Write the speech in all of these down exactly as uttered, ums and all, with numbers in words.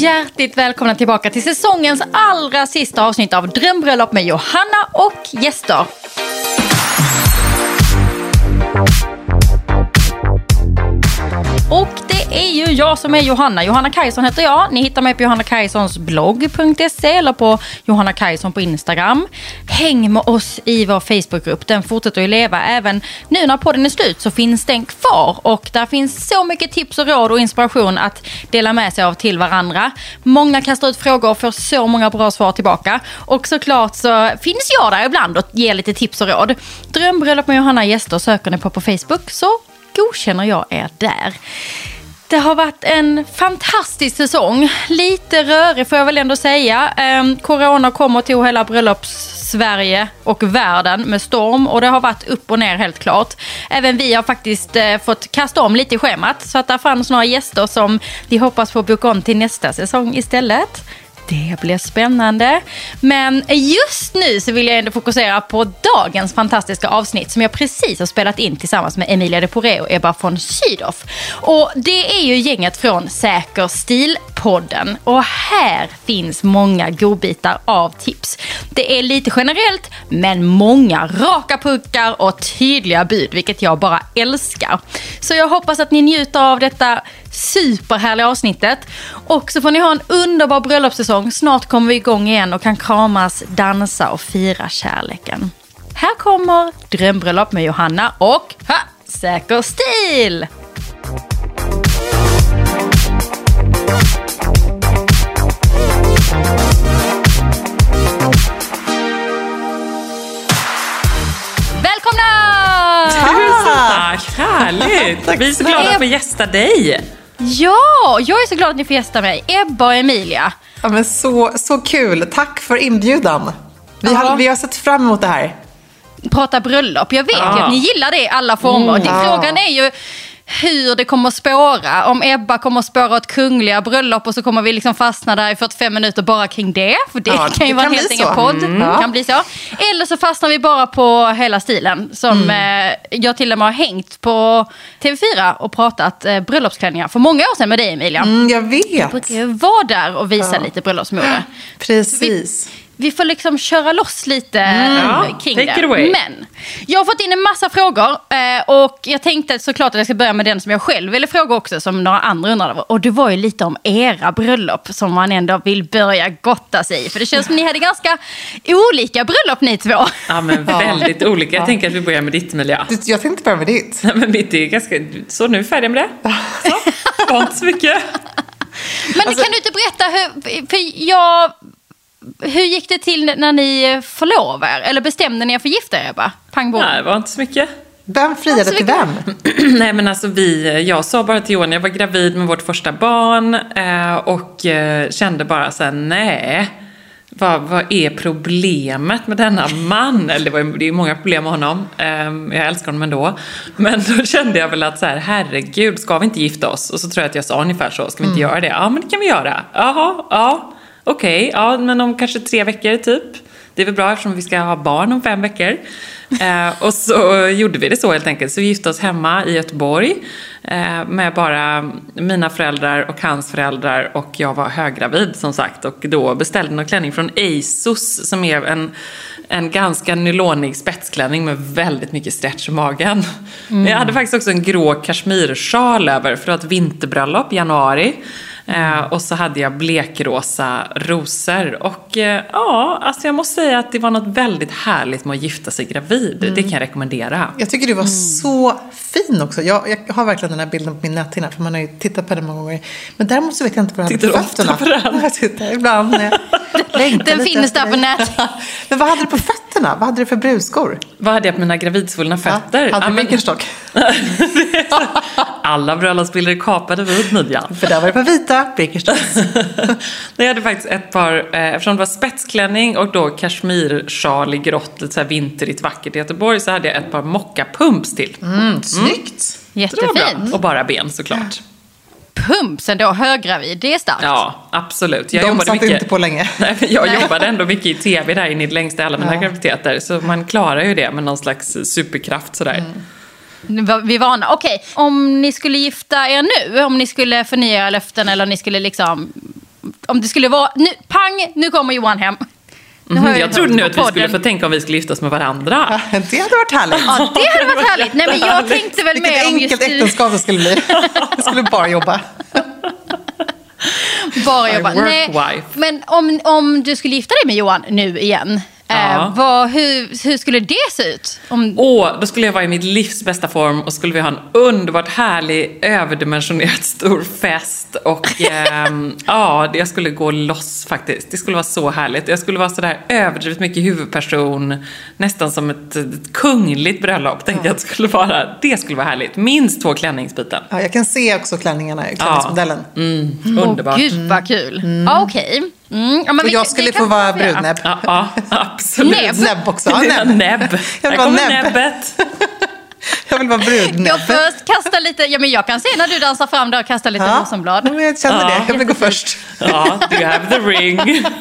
hjärtligt välkomna tillbaka till säsongens allra sista avsnitt av Drömbröllop med Johanna och gäster. Och det är ju jag som är Johanna. Johanna Kajson heter jag. Ni hittar mig på johanna kajsons blogg punkt se eller på Johanna Kajson på Instagram. Häng med oss i vår Facebookgrupp. Den fortsätter att leva. Även nu när podden är slut så finns den kvar. Och där finns så mycket tips och råd och inspiration att dela med sig av till varandra. Många kastar ut frågor och får så många bra svar tillbaka. Och såklart så finns jag där ibland och ger lite tips och råd. Drömbröllop med Johanna gäster söker ni på på Facebook, så godkänner jag er där. Det har varit en fantastisk säsong. Lite rörig får jag väl ändå säga. Eh, corona kommer till hela bröllops-Sverige och världen med storm. Och det har varit upp och ner helt klart. Även vi har faktiskt eh, fått kasta om lite i schemat. Så att det fanns några gäster som vi hoppas få boka om till nästa säsong istället. Det blir spännande. Men just nu så vill jag ändå fokusera på dagens fantastiska avsnitt som jag precis har spelat in tillsammans med Emilia de Poré och Ebba von Sydow. Och det är ju gänget från Säker Stil-podden. Och här finns många godbitar av tips. Det är lite generellt, men många raka puckar och tydliga bud, vilket jag bara älskar. Så jag hoppas att ni njuter av detta superhärliga avsnittet. Och så får ni ha en underbar bröllopssäsong. Snart kommer vi igång igen och kan kramas, dansa och fira kärleken. Här kommer Drömbröllop med Johanna och ha, Säker Stil! Välkomna! Tusen tack, härligt! Tack. Vi är så glada att få gästa dig. Ja, jag är så glad att ni får gästa mig. Ebba och Emilia. Ja, men så, så kul. Tack för inbjudan. Vi, Ja. har, vi har sett fram emot det här. Prata bröllop. Jag vet Ja. ju att ni gillar det i alla former. Mm, det, ja. Frågan är ju hur det kommer att spåra. Om Ebba kommer att spåra ett kungliga bröllop och så kommer vi liksom fastna där i fyrtiofem minuter bara kring det. För det Ja, kan ju det vara kan en helt bli egen så. podd. Mm. Det kan bli så. Eller så fastnar vi bara på hela stilen. Som eh, jag till och med har hängt på T V fyra och pratat eh, bröllopsklänningar för många år sedan med dig, Emilia. Mm, jag vet. Jag brukar ju vara där och visa Ja. lite bröllopsmode. Precis. Vi får liksom köra loss lite Ja, kring take det. it away. Men jag har fått in en massa frågor eh, och jag tänkte såklart att jag ska börja med den som jag själv ville fråga också, som några andra undrade. Och det var ju lite om era bröllop som man ändå vill börja gotta sig i. För det känns som ni hade ganska olika bröllop ni två. Ja, men väldigt olika. Jag tänker att vi börjar med ditt, Emilia. Du, jag tänkte börja med ditt. Nej, men mitt är ganska... Så nu är vi färdiga med det. Så, det var inte så mycket. Men Alltså- kan du inte berätta hur... För jag... Hur gick det till när ni förlovade er? Eller bestämde ni er för gifta er, Ebba? Pang bom. Nej, det var inte så mycket. Vem friade Så till vi- vem? Nej, men alltså vi... Jag sa bara till Johan, jag var gravid med vårt första barn eh, och eh, kände bara så här, nej... Vad, vad är problemet med denna man? Eller det, var, det är många problem med honom. Um, jag älskar honom ändå. Men då kände jag väl att så här, herregud, ska vi inte gifta oss? Och så tror jag att jag sa ungefär så, ska vi inte göra det? Ja, men det kan vi göra. Jaha, ja, okej. Okay, ja, men om kanske tre veckor typ. Det är väl bra eftersom vi ska ha barn om fem veckor. Eh, och så gjorde vi det så helt enkelt. Så vi gifte oss hemma i Göteborg. Eh, med bara mina föräldrar och hans föräldrar. Och jag var höggravid som sagt. Och då beställde någon klänning från ASOS. Som är en, en ganska nylonig spetsklänning med väldigt mycket stretch i magen. Mm. Men jag hade faktiskt också en grå kashmirsjal över. För att ha ett vinterbröllop i januari. Eh, och så hade jag blekrosa rosor. Och eh, ja, alltså jag måste säga att det var något väldigt härligt med att gifta sig gravid. Mm. Det kan jag rekommendera. Jag tycker du var mm. så fin också. Jag, jag har verkligen den här bilden på min näthinna. För man har ju tittat på den många gånger. Men däremot så vet jag inte vad du hade på fötterna. Tittar ofta på den. Jag tittar ibland. När jag Den finns där på nätet. Men vad hade du på fötterna? Vad hade du för brudskor? Vad hade jag på mina gravidsvullna fötter? Ja, hade du men... Birkenstock? Alla bröllopsbilder är kapade vid midjan. För där var det på vita Birkenstocks. Jag hade faktiskt ett par, eh, eftersom det var spetsklänning och då kashmirsjal i grått, lite så här vinterigt vackert i Göteborg, så hade jag ett par mockapumps till. Mm, snyggt. Jättefint. Och bara ben såklart. Pumpsen då, höggravid, det är starkt. Ja, absolut. Jag De jobbade satt mycket. inte på länge. Nej, men jag jobbade ändå mycket i tv där in i det längsta alla mina ja. graviditeter. Så man klarar ju det med någon slags superkraft sådär. Mm. Vi varnar. Okej, om ni skulle gifta er nu, om ni skulle förnya era löften eller om ni skulle liksom om det skulle vara, nu, pang, nu kommer Johan hem. Mm, jag, jag trodde nu att vi skulle få tänka om vi skulle gifta oss med varandra. Ja, det hade varit härligt. Ja, det hade varit härligt. Nej, men jag tänkte väl Vilket mer om enkelt just äktenskap det skulle bli. Jag skulle bara jobba. Bara jobba. My work Nej, wife. men om, om du skulle gifta dig med Johan nu igen, Ja. eh, vad, hur, hur skulle det se ut? Om... Åh, då skulle jag vara i mitt livs bästa form och skulle vi ha en underbart härlig, överdimensionerad stor fest. Och ehm, ja, jag skulle gå loss faktiskt. Det skulle vara så härligt. Jag skulle vara sådär överdrivet mycket huvudperson. Nästan som ett, ett kungligt bröllop. Tänkte jag att det skulle vara. Det skulle vara härligt. Minst två klänningsbyten. Ja, jag kan se också klänningarna, klänningsmodellen. Ja. Mm, underbart. Åh, gud vad kul. Mm. Ja, okej. Okay. Mm, ja, men och vi, jag skulle få vara brudnäbb. Ja, ja, absolut. Näbb. Näbb också. Ja, näbb. näbb. Jag vill Här vara kommer näbb. näbbet. Jag vill vara brudnäbb. Jag först kasta lite, ja men jag kan se när du dansar fram där och kastar lite Ja, rosenblad. men jag känner Ja. det. Jag vill gå först. Ja, do you have the ring?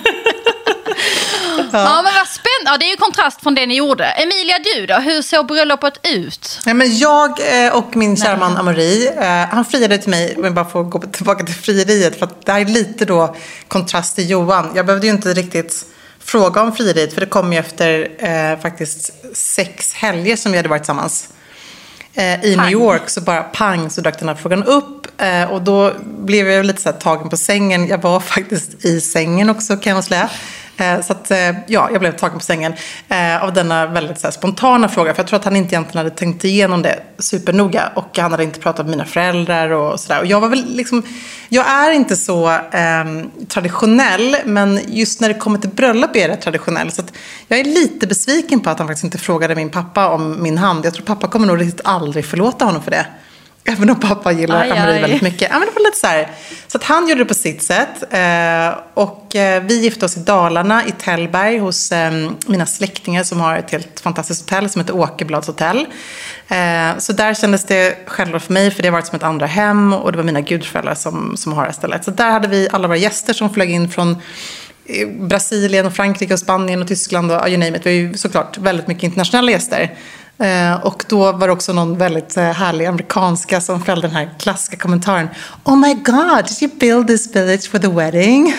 Ja, men vad spännande. Ja, det är ju kontrast från det ni gjorde. Emilia, du då? Hur såg bröllopet ut? Nej, men jag eh, och min kära man Amori, eh, han friade till mig, om jag bara får gå tillbaka till frieriet, för att det här är lite då kontrast till Johan. Jag behövde ju inte riktigt fråga om frieriet, för det kom ju efter eh, faktiskt sex helger som vi hade varit tillsammans. Eh, I Pang. New York så bara pang så dök den här frågan upp, eh, och då blev jag lite så här tagen på sängen. Jag var faktiskt i sängen också, kan jag säga. Så att, ja, jag blev tagen på sängen eh, av denna väldigt så här, spontana fråga. För jag tror att han inte egentligen hade tänkt igenom det supernoga. Och han hade inte pratat med mina föräldrar och sådär. Och jag var väl liksom, jag är inte så eh, traditionell. Men just när det kommer till bröllop är det traditionell. Så att jag är lite besviken på att han faktiskt inte frågade min pappa om min hand. Jag tror pappa kommer nog riktigt aldrig förlåta honom för det. Även om pappa gillar aj, Amori aj. väldigt mycket. Ja, men det var lite så här. Så att han gjorde det på sitt sätt. Eh, och eh, vi gifte oss i Dalarna, i Tällberg, hos eh, mina släktingar som har ett helt fantastiskt hotell som heter Åkerblads hotell. Eh, så där kändes det självklart för mig, för det har varit som ett andra hem. Och det var mina gudföräldrar som, som har det stället. Så där hade vi alla våra gäster som flög in från Brasilien och Frankrike och Spanien och Tyskland och you name it. Vi har ju såklart väldigt mycket internationella gäster. Eh, och då var det också någon väldigt eh, härlig amerikanska som fällde den här klassiska kommentaren. Oh my god, did you build this village for the wedding?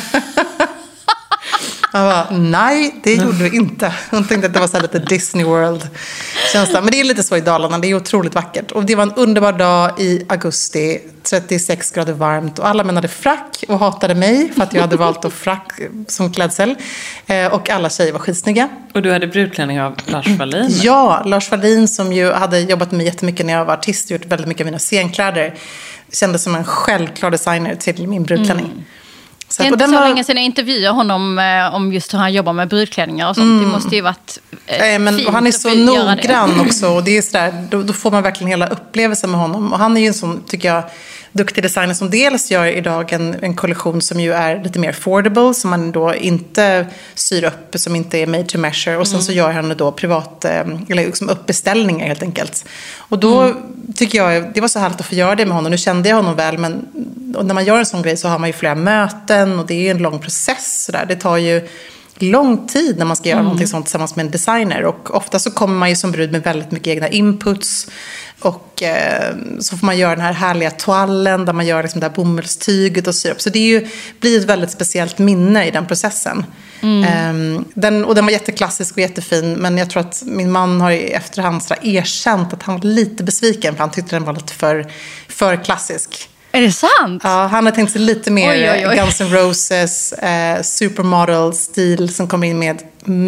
Jag bara, nej, det gjorde vi inte. Hon tänkte att det var så här lite Disney World känsla. Men det är lite så i Dalarna, det är otroligt vackert. Och det var en underbar dag i augusti, trettiosex grader varmt. Och alla män hade frack och hatade mig för att jag hade valt att frack som klädsel. Eh, och alla tjejer var skitsnygga. Och du hade brudklänning av Lars Wallin? Ja, Lars Wallin som ju hade jobbat med mig jättemycket när jag var artist och gjort väldigt mycket av mina scenkläder. Kändes som en självklar designer till min brudklänning. Mm. Så det är inte så var... länge sedan jag intervjuade honom eh, om just hur han jobbar med brudklänningar och sånt. Mm. Det måste ju varit eh, eh, men, fint och han är så noggrann det. också. Och det är sådär, då, då får man verkligen hela upplevelsen med honom. Och han är ju en sån, tycker jag, duktig designer som dels gör idag en, en kollektion som ju är lite mer affordable. Som man då inte syr upp, som inte är made to measure. Och sen mm. så gör han då privat, eh, eller liksom uppbeställningar helt enkelt. Och då mm. tycker jag, det var så härligt att få göra det med honom. Nu kände jag honom väl, men och när man gör en sån grej så har man ju flera möten. Och det är ju en lång process. Så där. Det tar ju lång tid när man ska göra mm. någonting sånt tillsammans med en designer. Och ofta så kommer man ju som brud med väldigt mycket egna inputs. Och eh, så får man göra den här härliga toallen där man gör liksom det här bomullstyget och syr upp. Så det är ju, blir ett väldigt speciellt minne i den processen. Mm. Eh, den, och den var jätteklassisk och jättefin. Men jag tror att min man har i efterhand så erkänt att han var lite besviken. För han tyckte den var lite för, för klassisk. Är det sant? Ja, han har tänkt sig lite mer oj, oj, oj. Guns N' Roses eh, supermodel-stil som kommer in med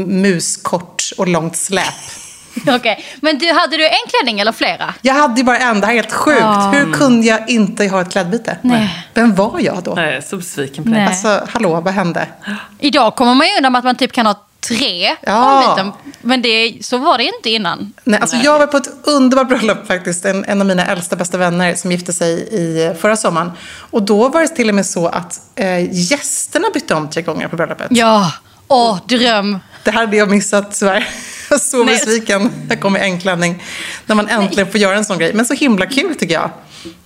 muskort och långt släp. Okej, okay. Men du, hade du en klänning eller flera? Jag hade ju bara en, det här är helt sjukt. Oh. Hur kunde jag inte ha ett klädbyte? Nej. Vem var jag då? Nej, jag är så besviken på det. Alltså, hallå, vad hände? Idag kommer man ju undan med att man typ kan ha tre ja. ombyten. Men det, så var det inte innan. Nej, alltså jag var på ett underbart bröllop faktiskt. En, en av mina äldsta bästa vänner som gifte sig i förra sommaren. Och då var det till och med så att eh, gästerna bytte om tre gånger på bröllopet. Ja, åh, dröm. Det här hade jag missat tyvärr. Jag var så besviken. Jag kom i en klänning. När man äntligen Nej. får göra en sån grej. Men så himla kul tycker jag.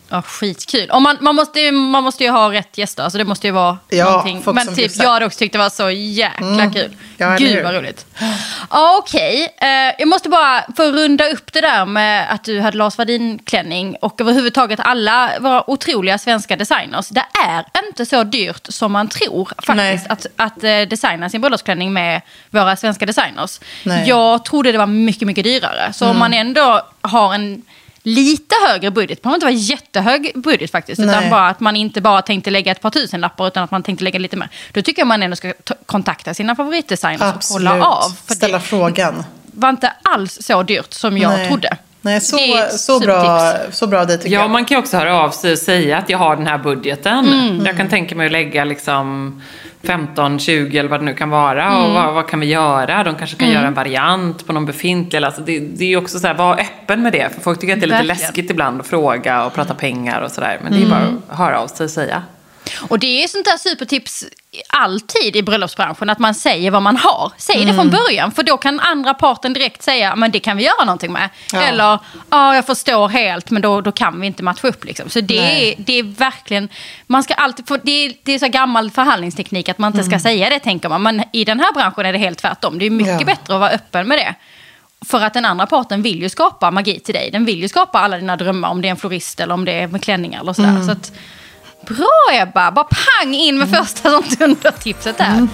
Ja, skitkul. Och man, man, måste, man måste ju ha rätt gäster. Alltså det måste ju vara ja, någonting. Men typ bjussar. jag hade också tyckt det var så jäkla mm. kul. Ja, Gud vad roligt. Okej, okay. uh, jag måste bara för att runda upp det där med att du hade Lars Wallin-klänning och överhuvudtaget alla våra otroliga svenska designers. Det är inte så dyrt som man tror faktiskt Nej. att, att uh, designa sin bröllopsklänning med våra svenska designers. Nej. Jag trodde det var mycket, mycket dyrare. Så mm. om man ändå har en lite högre budget, man har inte vara jättehög budget faktiskt, Nej. utan bara att man inte bara tänkte lägga ett par tusen lappar utan att man tänkte lägga lite mer. Då tycker jag man ändå ska t- kontakta sina favoritdesigners Absolut. och kolla av. För ställa det frågan. Var inte alls så dyrt som jag Nej. trodde. Nej, så, så, bra, så bra det tycker ja, jag. Man kan också höra av sig och säga att jag har den här budgeten. Mm. Jag kan tänka mig att lägga liksom femton, tjugo eller vad det nu kan vara. Mm. Och vad, vad kan vi göra? De kanske kan mm. göra en variant på någon befintlig. Alltså det, det är ju också så här, var öppen med det. För folk tycker att det är lite Verkligen. läskigt ibland att fråga och prata pengar och sådär. Men det är mm. bara att höra av sig och säga. Och det är sånt där supertips alltid i bröllopsbranschen, att man säger vad man har. Säg mm. det från början, för då kan andra parten direkt säga, men det kan vi göra någonting med. Ja. Eller, ja jag förstår helt, men då, då kan vi inte matcha upp liksom. Så det är, det är verkligen, man ska alltid, för det är, det är så gammal förhandlingsteknik att man inte mm. ska säga det, tänker man. Men i den här branschen är det helt tvärtom. Det är mycket ja. bättre att vara öppen med det. För att den andra parten vill ju skapa magi till dig. Den vill ju skapa alla dina drömmar, om det är en florist eller om det är med klänningar eller sådär. Mm. Så att, bra Ebba, bara pang in med första som dundertipset där. Mm.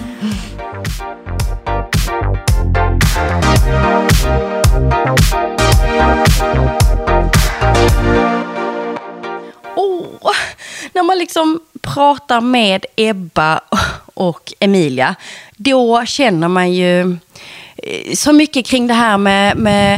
Oh, när man liksom pratar med Ebba och Emilia, då känner man ju så mycket kring det här med, med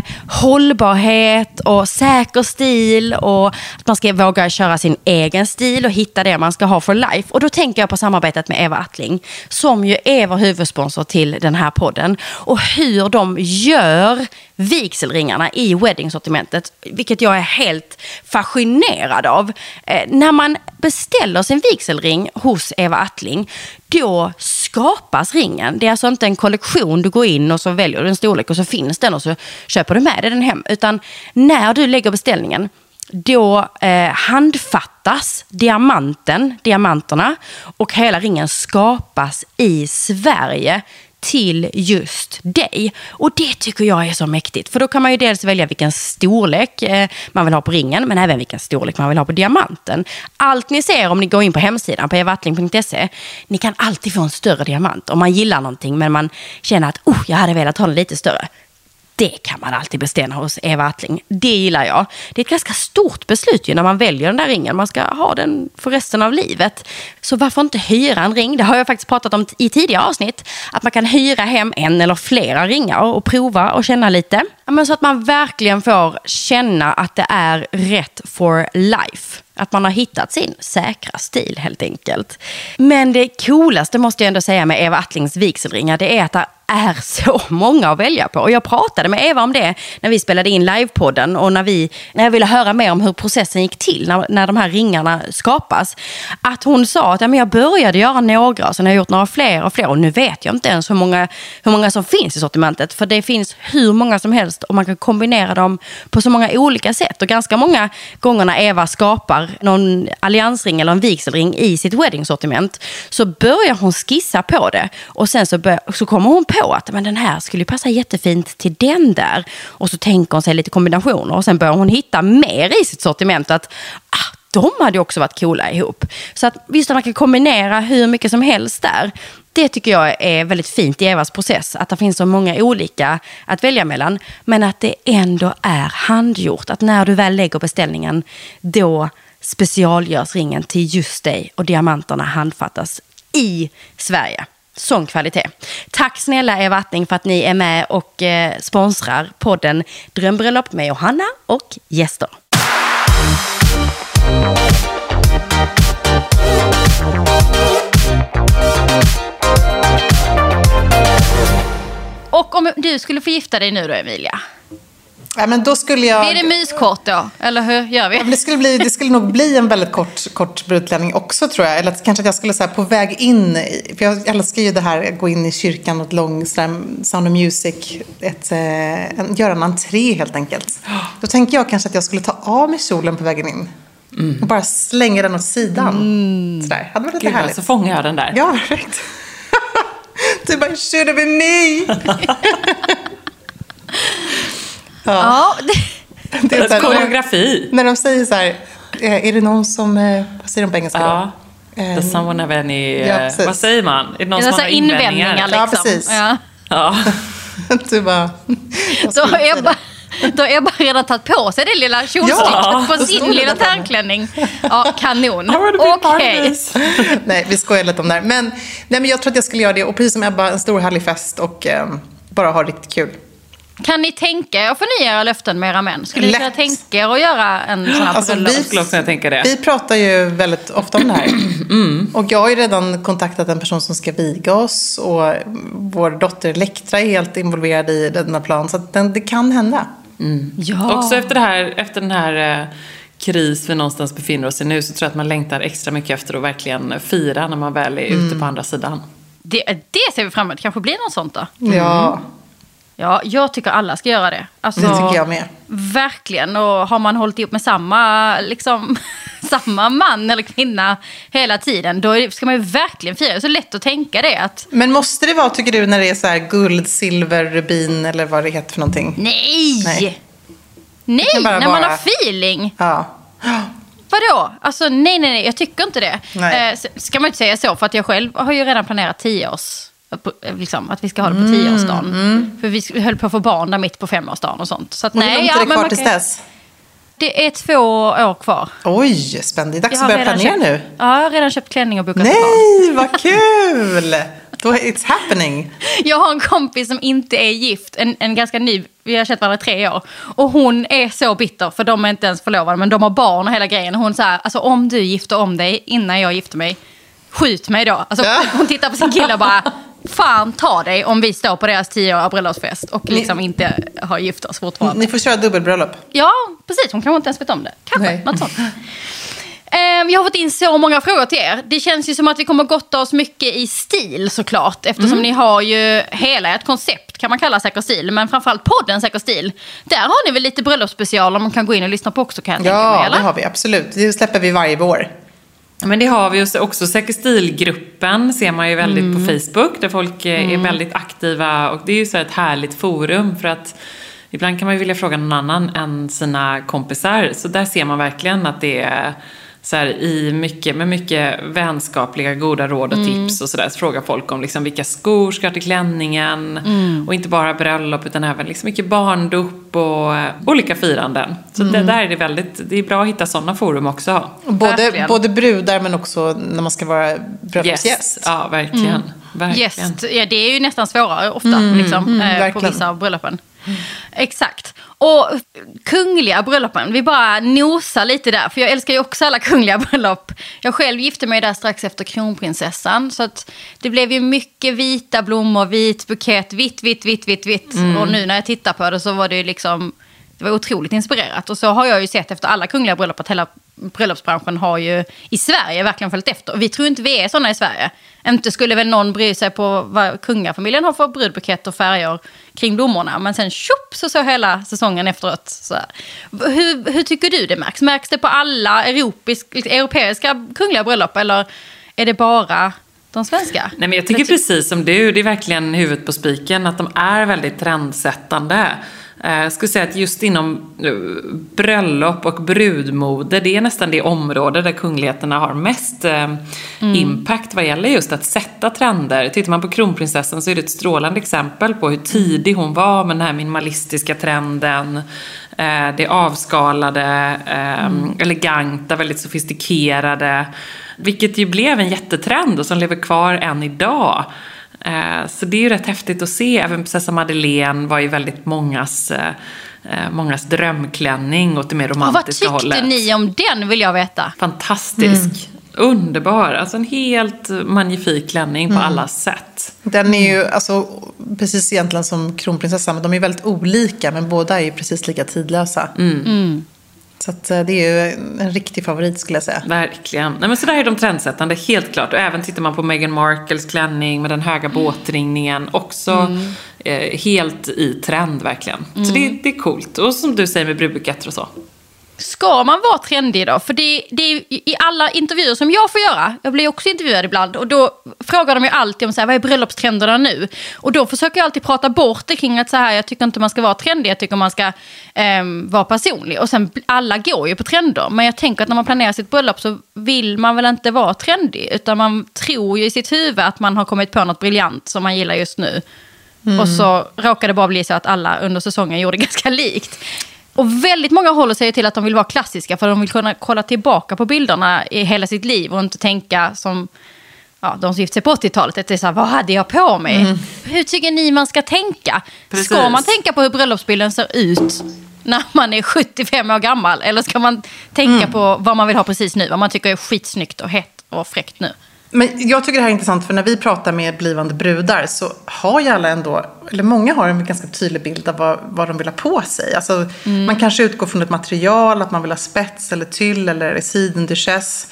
hållbarhet och säker stil och att man ska våga köra sin egen stil och hitta det man ska ha for life. Och då tänker jag på samarbetet med Eva Attling, som ju är vår huvudsponsor till den här podden, och hur de gör vigselringarna i wedding-sortimentet, vilket jag är helt fascinerad av. Eh, när man beställer sin vigselring hos Eva Attling, då skapas ringen. Det är alltså inte en kollektion, du går in och så väljer du en storlek och så finns den och så köper du med dig den hem. Utan när du lägger beställningen, då eh, handfattas diamanten, diamanterna, och hela ringen skapas i Sverige till just dig. Och det tycker jag är så mäktigt. För då kan man ju dels välja vilken storlek eh, man vill ha på ringen, men även vilken storlek man vill ha på diamanten. Allt ni ser om ni går in på hemsidan på evattling punkt se, ni kan alltid få en större diamant. Om man gillar någonting men man känner att oh, jag hade velat ha den lite större. Det kan man alltid bestämma hos Eva Attling. Det gillar jag. Det är ett ganska stort beslut ju när man väljer den där ringen. Man ska ha den för resten av livet. Så varför inte hyra en ring? Det har jag faktiskt pratat om i tidigare avsnitt. Att man kan hyra hem en eller flera ringar och prova och känna lite. Men så att man verkligen får känna att det är rätt for life. Att man har hittat sin säkra stil helt enkelt. Men det coolaste måste jag ändå säga med Eva Attlings vigselringar, det är att det är så många att välja på. Och jag pratade med Eva om det när vi spelade in livepodden och när, vi, när jag ville höra mer om hur processen gick till när, när de här ringarna skapas. Att hon sa att ja, men jag började göra några och sen har jag gjort några fler och fler. Och nu vet jag inte ens hur många, hur många som finns i sortimentet. För det finns hur många som helst och man kan kombinera dem på så många olika sätt. Och ganska många gånger när Eva skapar någon alliansring eller en vigselring i sitt wedding-sortiment, så börjar hon skissa på det. Och sen så, bör, så kommer hon på att men den här skulle passa jättefint till den där. Och så tänker hon sig lite kombinationer. Och sen börjar hon hitta mer i sitt sortiment att ah, de hade också varit coola ihop. Så att visst, man kan kombinera hur mycket som helst där. Det tycker jag är väldigt fint i Evas process. Att det finns så många olika att välja mellan. Men att det ändå är handgjort. Att när du väl lägger beställningen, då specialgörs ringen till just dig. Och diamanterna handfattas i Sverige. Sån kvalitet. Tack snälla Eva Attling för att ni är med och eh, sponsrar podden Drömbröllop med Johanna och gäster. Och om du skulle förgifta dig nu då, Emilia? Ja, men då skulle jag... Blir det myskort då? Eller hur gör vi? Ja, det, skulle bli, det skulle nog bli en väldigt kort, kort brudklänning också, tror jag. Eller att, kanske att jag skulle säga på väg in. För jag älskar ju det här, gå in i kyrkan och ett lång Sound of Music. Ett, en, göra en entré helt enkelt. Då tänker jag kanske att jag skulle ta av mig kjolen på vägen in. Mm. Och bara slänga den åt sidan. Mm. Sådär. Hade varit lite Gud, härligt. Så fångar jag den där. Ja, perfekt. Du bara, should have been me. ja. Ja, det... Det är en koreografi. När de säger så här, är det någon som, vad säger de på engelska ja. då? Does someone have any, ja, vad säger man? Är det någon det som har invändningar? invändningar liksom. Ja, precis. Ja. Ja. Du bara, då har jag bara... Då har jag bara redan tagit på sig det lilla kjolstycket ja, på sin lilla tärnklänning. Ja, kanon. Okej. Okay. Nej, vi skojar lite om det här. Men, nej, men jag tror att jag skulle göra det. Och precis som Ebba, en stor härlig fest och eh, bara ha riktigt kul. Kan ni tänka er att förnya era löften med era män? Skulle ni kunna tänka er att göra en sån här alltså, bröllop? vi, skulle också tänka det. Vi pratar ju väldigt ofta om det här. Mm. Och jag har ju redan kontaktat en person som ska viga oss. Och vår dotter Elektra är helt involverad i denna plan. Så att den, det kan hända. Mm. Ja. Också efter, det här, efter den här eh, kris vi någonstans befinner oss i nu, så tror jag att man längtar extra mycket efter att verkligen fira när man väl är mm. ute på andra sidan. Det, det ser vi fram emot. Kanske blir något sånt då. Mm. Ja. Ja, jag tycker alla ska göra det. Alltså, det tycker jag med. Verkligen. Och har man hållit ihop med samma, liksom, samma man eller kvinna hela tiden, då ska man ju verkligen fira. Det är så lätt att tänka det. Att... Men måste det vara, tycker du, när det är så här guld, silver, rubin eller vad det heter för någonting? Nej! Nej, nej när vara... man har feeling. Ja. Vadå? Alltså nej, nej, nej, jag tycker inte det. Nej. Eh, ska man inte säga så, för att jag själv har ju redan planerat tio års... Liksom, att vi ska ha det på tioårsdagen. Mm, mm. För vi höll på att få barn där mitt på femårsdagen och sånt. Så att, nej, nej, ja, det är men kvar tills kan... dess? Det är två år kvar. Oj, spännande. Det är dags att börja planera köpt... nu. Ja, jag har redan köpt klänning och bokat nej, barn. vad kul! Då är it's happening. Jag har en kompis som inte är gift. En, en ganska ny, vi har känt varandra tre år. Och hon är så bitter, för de är inte ens förlovade, men de har barn och hela grejen. Och hon säger, alltså om du gifter om dig innan jag gifter mig, skjut mig då. Alltså, ja. Hon tittar på sin kille och bara... Fan, ta dig om vi står på deras tioåriga bröllopsfest och liksom inte har gift oss fortfarande. Ni får köra dubbelbröllop. Ja, precis. Hon kanske inte ens vet om det. Kanske, nej. Något sånt. Jag har fått in så många frågor till er. Det känns ju som att vi kommer gotta oss mycket i stil såklart. Eftersom mm. ni har ju hela ert koncept, kan man kalla Säker stil. Men framförallt podden Säker stil. Där har ni väl lite bröllopsspecial om man kan gå in och lyssna på också, kan jag tänka ja, mig, eller? Ja, det har vi absolut. Det släpper vi varje vår. Men det har vi ju också. Säker stil-gruppen ser man ju väldigt mm. på Facebook, där folk mm. är väldigt aktiva, och det är ju så ett härligt forum, för att ibland kan man ju vilja fråga någon annan än sina kompisar, så där ser man verkligen att det är så här, i mycket, med mycket vänskapliga goda råd och mm. tips och sådär, så frågar folk om liksom vilka skor ska till klänningen mm. och inte bara bröllop utan även liksom mycket barndop och olika firanden. Så mm. det, där är det väldigt, det är bra att hitta sådana forum också. Både, både brudar men också när man ska vara bröllopsgäst. Yes. Ja, verkligen. Mm. verkligen. Yes. Ja, det är ju nästan svårare ofta mm. liksom, mm, eh, på vissa av bröllopen. Mm. Exakt. Och kungliga bröllopen, vi bara nosar lite där, för jag älskar ju också alla kungliga bröllop. Jag själv gifte mig där strax efter kronprinsessan, så att det blev ju mycket vita blommor, vit bukett, vitt, vitt, vitt, vitt, vitt. Mm. Och nu när jag tittar på det så var det ju liksom, det var otroligt inspirerat. Och så har jag ju sett efter alla kungliga bröllop att hela bröllopsbranschen har ju i Sverige verkligen följt efter. Och vi tror inte vi är sådana i Sverige. Inte skulle väl någon bry sig på vad kungafamiljen har för brudbukett och färger kring blommorna. Men sen tjopp så så hela säsongen efteråt. Så hur, hur tycker du det märks? Märks det på alla europisk, europeiska kungliga bröllop, eller är det bara de svenska? Nej, men jag tycker precis som du, det är verkligen huvudet på spiken, att de är väldigt trendsättande. Jag skulle säga att just inom bröllop och brudmode, det är nästan det område där kungligheterna har mest mm. impact vad gäller just att sätta trender. Tittar man på kronprinsessan så är det ett strålande exempel på hur tidig hon var med den här minimalistiska trenden. Det avskalade, mm. eleganta, väldigt sofistikerade, vilket ju blev en jättetrend och som lever kvar än idag. Så det är ju rätt häftigt att se. Även prinsessa Madeleine var ju väldigt mångas, mångas drömklänning åt det mer romantiska hållet. Vad tyckte ni om den, vill jag veta? Fantastisk. Mm. Underbar. Alltså en helt magnifik klänning på mm. alla sätt. Den är ju alltså, precis egentligen som kronprinsessan. De är väldigt olika, men båda är ju precis lika tidlösa. Mm. Mm. Så att det är ju en riktig favorit, skulle jag säga. Verkligen. Nej, men så där är de trendsättande, helt klart. Och även tittar man på Meghan Markles klänning med den höga båtringningen. Också mm. eh, helt i trend, verkligen. Mm. Så det, det är coolt. Och som du säger med brudbuketter och så. Ska man vara trendig då? För det, det är i alla intervjuer som jag får göra, jag blir också intervjuad ibland, och då frågar de ju alltid om så här, vad är bröllopstrenderna nu? Och då försöker jag alltid prata bort det kring att så här, jag tycker inte man ska vara trendig, jag tycker man ska eh, vara personlig. Och sen, alla går ju på trender, men jag tänker att när man planerar sitt bröllop så vill man väl inte vara trendig, utan man tror ju i sitt huvud att man har kommit på något briljant som man gillar just nu. Mm. Och så råkar det bara bli så att alla under säsongen gjorde ganska likt. Och väldigt många håller sig till att de vill vara klassiska, för de vill kunna kolla tillbaka på bilderna i hela sitt liv och inte tänka som ja, de som gift sig på åttiotalet. Att det är så här, vad hade jag på mig? Mm. Hur tycker ni man ska tänka? Precis. Ska man tänka på hur bröllopsbilden ser ut när man är sjuttiofem år gammal? Eller ska man tänka mm. på vad man vill ha precis nu? Vad man tycker är skitsnyggt och hett och fräckt nu? Men jag tycker det här är intressant, för när vi pratar med blivande brudar så har ju alla ändå, eller många har en ganska tydlig bild av vad, vad de vill ha på sig. Alltså, mm. man kanske utgår från ett material, att man vill ha spets eller tyll eller sidenduchess.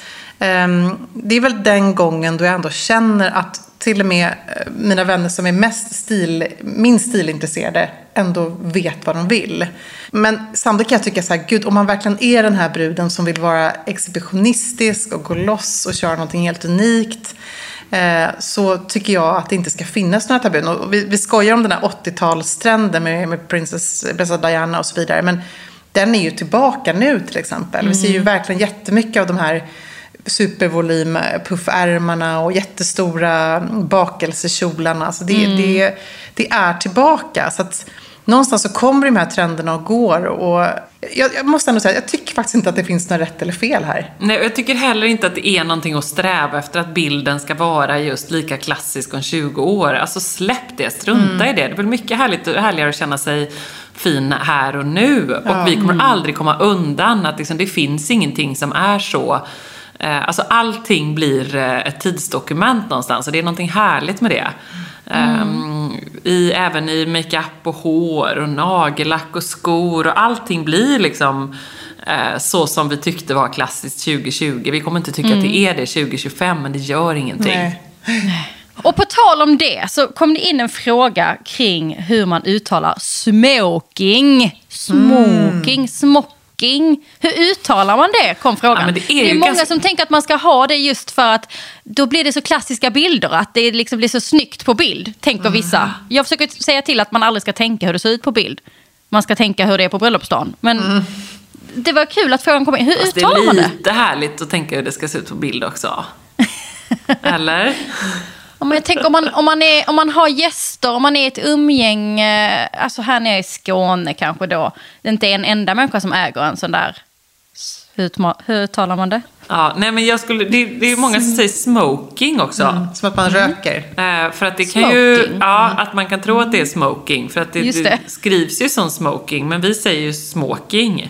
Um, det är väl den gången då jag ändå känner att till och med mina vänner som är mest stil, minst stilintresserade ändå vet vad de vill. Men samtidigt kan jag tycka så här, gud, om man verkligen är den här bruden som vill vara exhibitionistisk och gå loss och köra någonting helt unikt, eh, så tycker jag att det inte ska finnas några tabun. Och vi, vi skojar om den här åttiotalstrenden med, med Princess, Princess Diana och så vidare, men den är ju tillbaka nu till exempel. Mm. Vi ser ju verkligen jättemycket av de här supervolym puffärmarna och jättestora bakelsekjolarna. Alltså det, mm. det, det är tillbaka. Så att någonstans så kommer de här trenderna och går. Och jag, jag måste ändå säga, jag tycker faktiskt inte att det finns något rätt eller fel här. Nej, jag tycker heller inte att det är någonting att sträva efter, att bilden ska vara just lika klassisk om tjugo år. Alltså släpp det, strunta mm. i det. Det är väl mycket härligt, härligare att känna sig fin här och nu. Och ja. vi kommer mm. aldrig komma undan att liksom, det finns ingenting som är så. Alltså allting blir ett tidsdokument någonstans, och det är någonting härligt med det. Mm. Um, i, även i makeup och hår och nagellack och skor, och allting blir liksom uh, så som vi tyckte var klassiskt tjugo tjugo. Vi kommer inte tycka mm. att det är det tjugo tjugofem, men det gör ingenting. Nej. Och på tal om det så kom det in en fråga kring hur man uttalar smoking. Smoking, mm. smoking. Hur uttalar man det? Kom frågan. Ja, men det är, det är många ganska... som tänker att man ska ha det just för att då blir det så klassiska bilder, att det liksom blir så snyggt på bild, tänker mm. vissa. Jag försöker säga till att man aldrig ska tänka hur det ser ut på bild. Man ska tänka hur det är på bröllopsdagen. Men mm. det var kul att frågan kom in. Hur alltså, uttalar man det? Det är lite härligt att tänka hur det ska se ut på bild också. Eller? Om jag tänker om man, om, man är, om man har gäster, om man är ett umgänge, alltså här nere i Skåne kanske då, det inte är en enda människa som äger en sån där, hur, hur talar man det? Ja, nej men jag skulle, det, det är många som säger smoking också. Mm, som att man mm. röker. Eh, för att det kan smoking. ju, ja, att man kan tro att det är smoking, för att det, det. det skrivs ju som smoking, men vi säger ju smoking.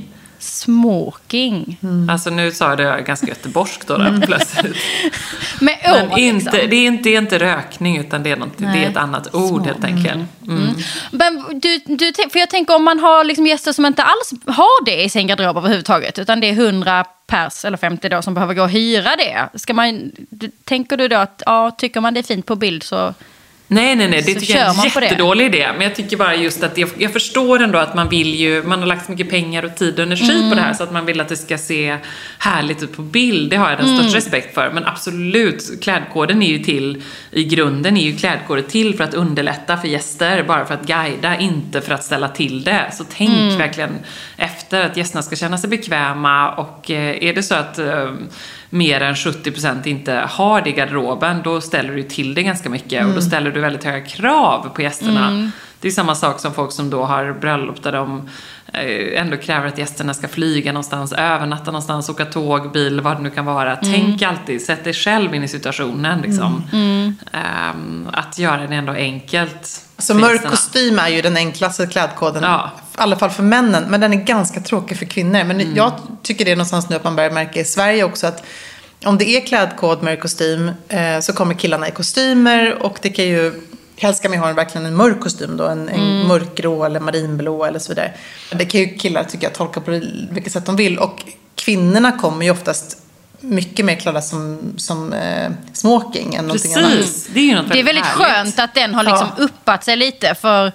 Smoking. Mm. Alltså nu sa jag det ganska göteborgskt då, mm. plötsligt. Men, Men år, inte, liksom. det, är inte, det är inte rökning, utan det är, något, det är ett annat ord Små. helt enkelt. Mm. Mm. Men du, du, för jag tänker om man har liksom gäster som inte alls har det i sin garderob överhuvudtaget, utan det är hundra pers eller femtio då som behöver gå och hyra det. Ska man, tänker du då att ja, tycker man det är fint på bild så... Nej, nej, nej. Det tycker jag är en jättedålig idé. Men jag tycker bara just att jag, jag förstår ändå att man vill ju, man har lagt så mycket pengar och tid och energi mm. på det här, så att man vill att det ska se härligt ut på bild. Det har jag den största mm. respekt för. Men absolut, klädkoden är ju till, i grunden är ju klädkoden till för att underlätta för gäster, bara för att guida, inte för att ställa till det. Så tänk mm. verkligen efter att gästerna ska känna sig bekväma, och är det så att mer än sjuttio procent inte har det i garderoben, då ställer du till det ganska mycket mm. och då ställer du väldigt höga krav på gästerna. Mm. Det är samma sak som folk som då har bröllop där de ändå kräver att gästerna ska flyga någonstans, övernatta någonstans, åka tåg, bil, vad det nu kan vara. Mm. Tänk alltid, sätt dig själv in i situationen liksom. Mm. Um, att göra det ändå enkelt. Så mörk kostym är ju den enklaste klädkoden, ja. I alla fall för männen, men den är ganska tråkig för kvinnor. Men mm. jag tycker det är någonstans nu att man börjar märka i Sverige också att om det är klädkod mörk kostym eh, så kommer killarna i kostymer, och det kan ju helst ska man ha en, verkligen en mörk kostym då, en, en mm. mörkgrå eller marinblå eller så vidare. Det kan ju killar tycka jag tolka på vilket sätt de vill, och kvinnorna kommer ju oftast mycket mer klädda som, som eh, smoking än någonting annat. Det är ju något Det är väldigt härligt. Skönt att den har liksom ja. uppat sig lite, för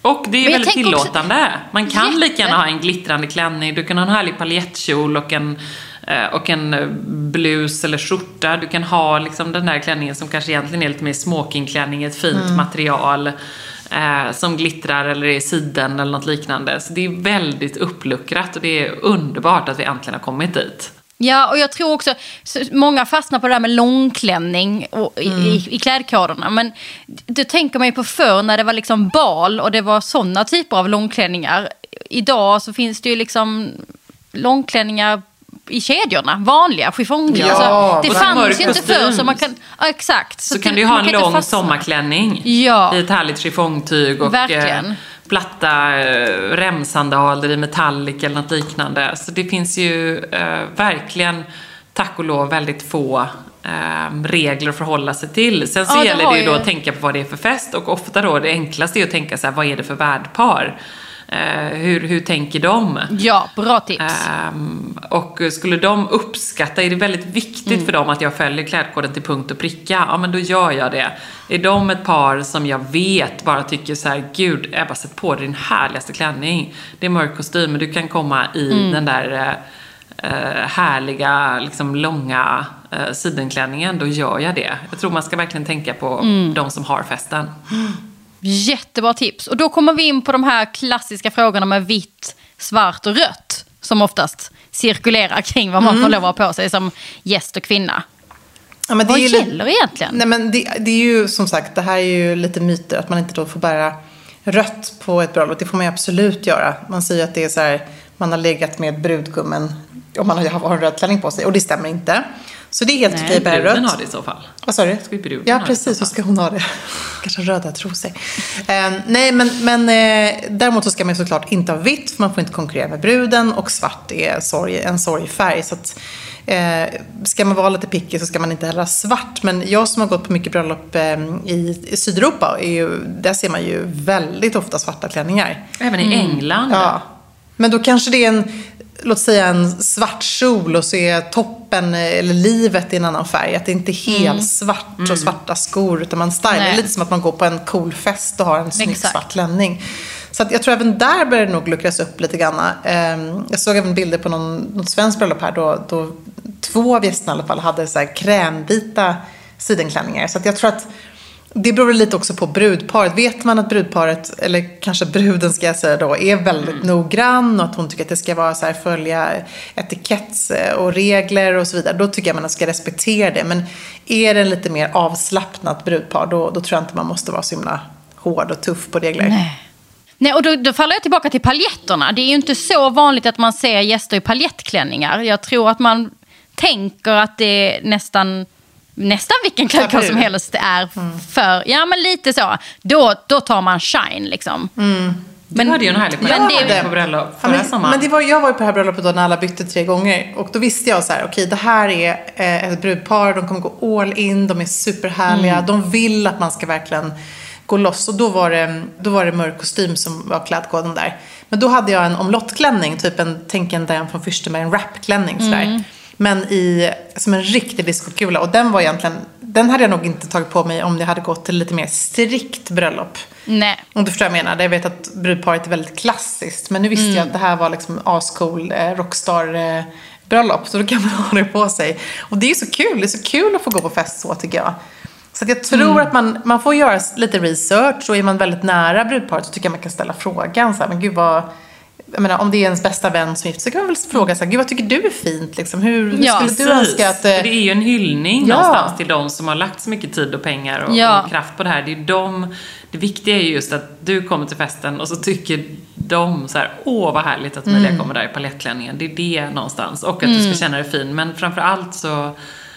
Och det är väldigt tillåtande. Också, man kan jätte... lika gärna ha en glittrande klänning. Du kan ha en härlig paljettkjol och en, och en blus eller skjorta. Du kan ha liksom den där klänningen som kanske egentligen är lite mer smokingklänning, ett fint mm. material eh, som glittrar eller är siden eller något liknande. Så det är väldigt uppluckrat och det är underbart att vi äntligen har kommit dit. Ja, och jag tror också många fastnar på det där med långklänning och i, mm. i, i klädkoderna. Men du tänker man ju på förr när det var liksom bal och det var sådana typer av långklänningar. Idag så finns det ju liksom långklänningar i kedjorna, vanliga chiffongklänningar. Ja, alltså, det fanns ju inte förr så man kan, ja, exakt. Så, så kan du ju ha en lång sommarklänning ja. i ett härligt chiffongtyg och verkligen. Eh, platta eh, remsandaler i metallic eller något liknande. Så det finns ju eh, verkligen, tack och lov, väldigt få eh, regler att förhålla sig till. Sen så ja, gäller det ju då att tänka på vad det är för fest och ofta då det enklaste är att tänka så här, vad är det för värdpar? Uh, hur, hur tänker de? Ja, bra tips. Um, och skulle de uppskatta, är det väldigt viktigt mm. för dem att jag följer klädkoden till punkt och pricka, ja men då gör jag det. Är de ett par som jag vet bara tycker så här, gud, Ebba, sätt på din härligaste klänning. Det är mörk kostym, men du kan komma i mm. den där uh, härliga, liksom långa uh, sidenklänningen, då gör jag det. Jag tror man ska verkligen tänka på mm. de som har festen. Mm. Jättebra tips. Och då kommer vi in på de här klassiska frågorna med vitt, svart och rött som oftast cirkulerar kring vad man mm. får lov att ha på sig som gäst och kvinna. Ja, men det vad är gäller li- egentligen? Nej, men det, det är ju som sagt, det här är ju lite myter att man inte då får bära rött på ett bröllop. Det får man ju absolut göra. Man säger att det är så här, man har legat med brudgummen och man har en röd klänning på sig. Och det stämmer inte. Så det är helt okej att bära rött. Bruden har det i så fall. Vad sa du? Ska bruden ja, precis. Så ska hon ha det. Kanske röda trosor. eh, nej, men, men eh, däremot så ska man såklart inte ha vitt. För man får inte konkurrera med bruden. Och svart är sorg, en sorgfärg. Så att, eh, ska man vara lite picky så ska man inte heller ha svart. Men jag som har gått på mycket bröllop eh, i, i Sydeuropa. Är ju, där ser man ju väldigt ofta svarta klänningar. Även i England. Mm. Ja. Men då kanske det är en... Låt säga en svart kjol och så är toppen eller livet i en annan färg. Att det inte är helt mm. svart och svarta skor utan man stylar. Det är lite som att man går på en cool fest och har en snygg Exakt. svart klänning. Så att jag tror även där börjar det nog luckras upp lite grann. Jag såg även bilder på någon, något svenskt bröllop här då, då två av gästerna i alla fall hade så här krämvita sidenklänningar. Så att jag tror att det beror lite också på brudparet. Vet man att brudparet, eller kanske bruden ska jag säga då, är väldigt mm. noggrann och att hon tycker att det ska vara så här, följa etikett och regler och så vidare, då tycker jag man ska respektera det. Men är det en lite mer avslappnat brudpar, då, då tror jag inte man måste vara så himla hård och tuff på regler. Nej. Nej, och då, då faller jag tillbaka till paljetterna. Det är ju inte så vanligt att man ser gäster i paljettklänningar. Jag tror att man tänker att det är nästan... nästan vilken klädkod som helst det är mm. för, ja men lite så, då, då tar man shine liksom. Mm. Men, du hade ju en härlig men det, på bröllop ja, men, men det var, jag var ju på det här bröllopet då när alla bytte tre gånger och då visste jag så här, okej okay, det här är eh, ett brudpar, de kommer gå all in, de är superhärliga, mm. de vill att man ska verkligen gå loss och då var det, då var det mörk kostym som var klädkoden där. Men då hade jag en omlottklänning, typ en, tänk en Diane från Fürsten med en wrapklänning sådär. Mm. Men i, som en riktig diskokula. Och den var egentligen, den hade jag nog inte tagit på mig om det hade gått till lite mer strikt bröllop. Nej. Om du förstår vad jag menar. Jag vet att brudparet är väldigt klassiskt. Men nu visste mm. jag att det här var liksom ascool eh, rockstar eh, bröllop. Så då kan man ha det på sig. Och det är så kul. Det är så kul att få gå på fest så tycker jag. Så att jag tror mm. att man, man får göra lite research. Och är man väldigt nära brudparet så tycker jag man kan ställa frågan. Så här, men gud vad... Jag menar, om det är ens bästa vän som gift så kan man väl fråga så här, gud vad tycker du är fint liksom? Hur, hur ja, skulle du önska att... Det är ju en hyllning ja. någonstans till de som har lagt så mycket tid och pengar och, ja. och kraft på det här. Det är de, det viktiga är ju just att du kommer till festen och så tycker de så här, åh vad härligt att Emilia mm. kommer där i palettklänningen. Det är det någonstans. Och att mm. du ska känna dig fin. Men framförallt så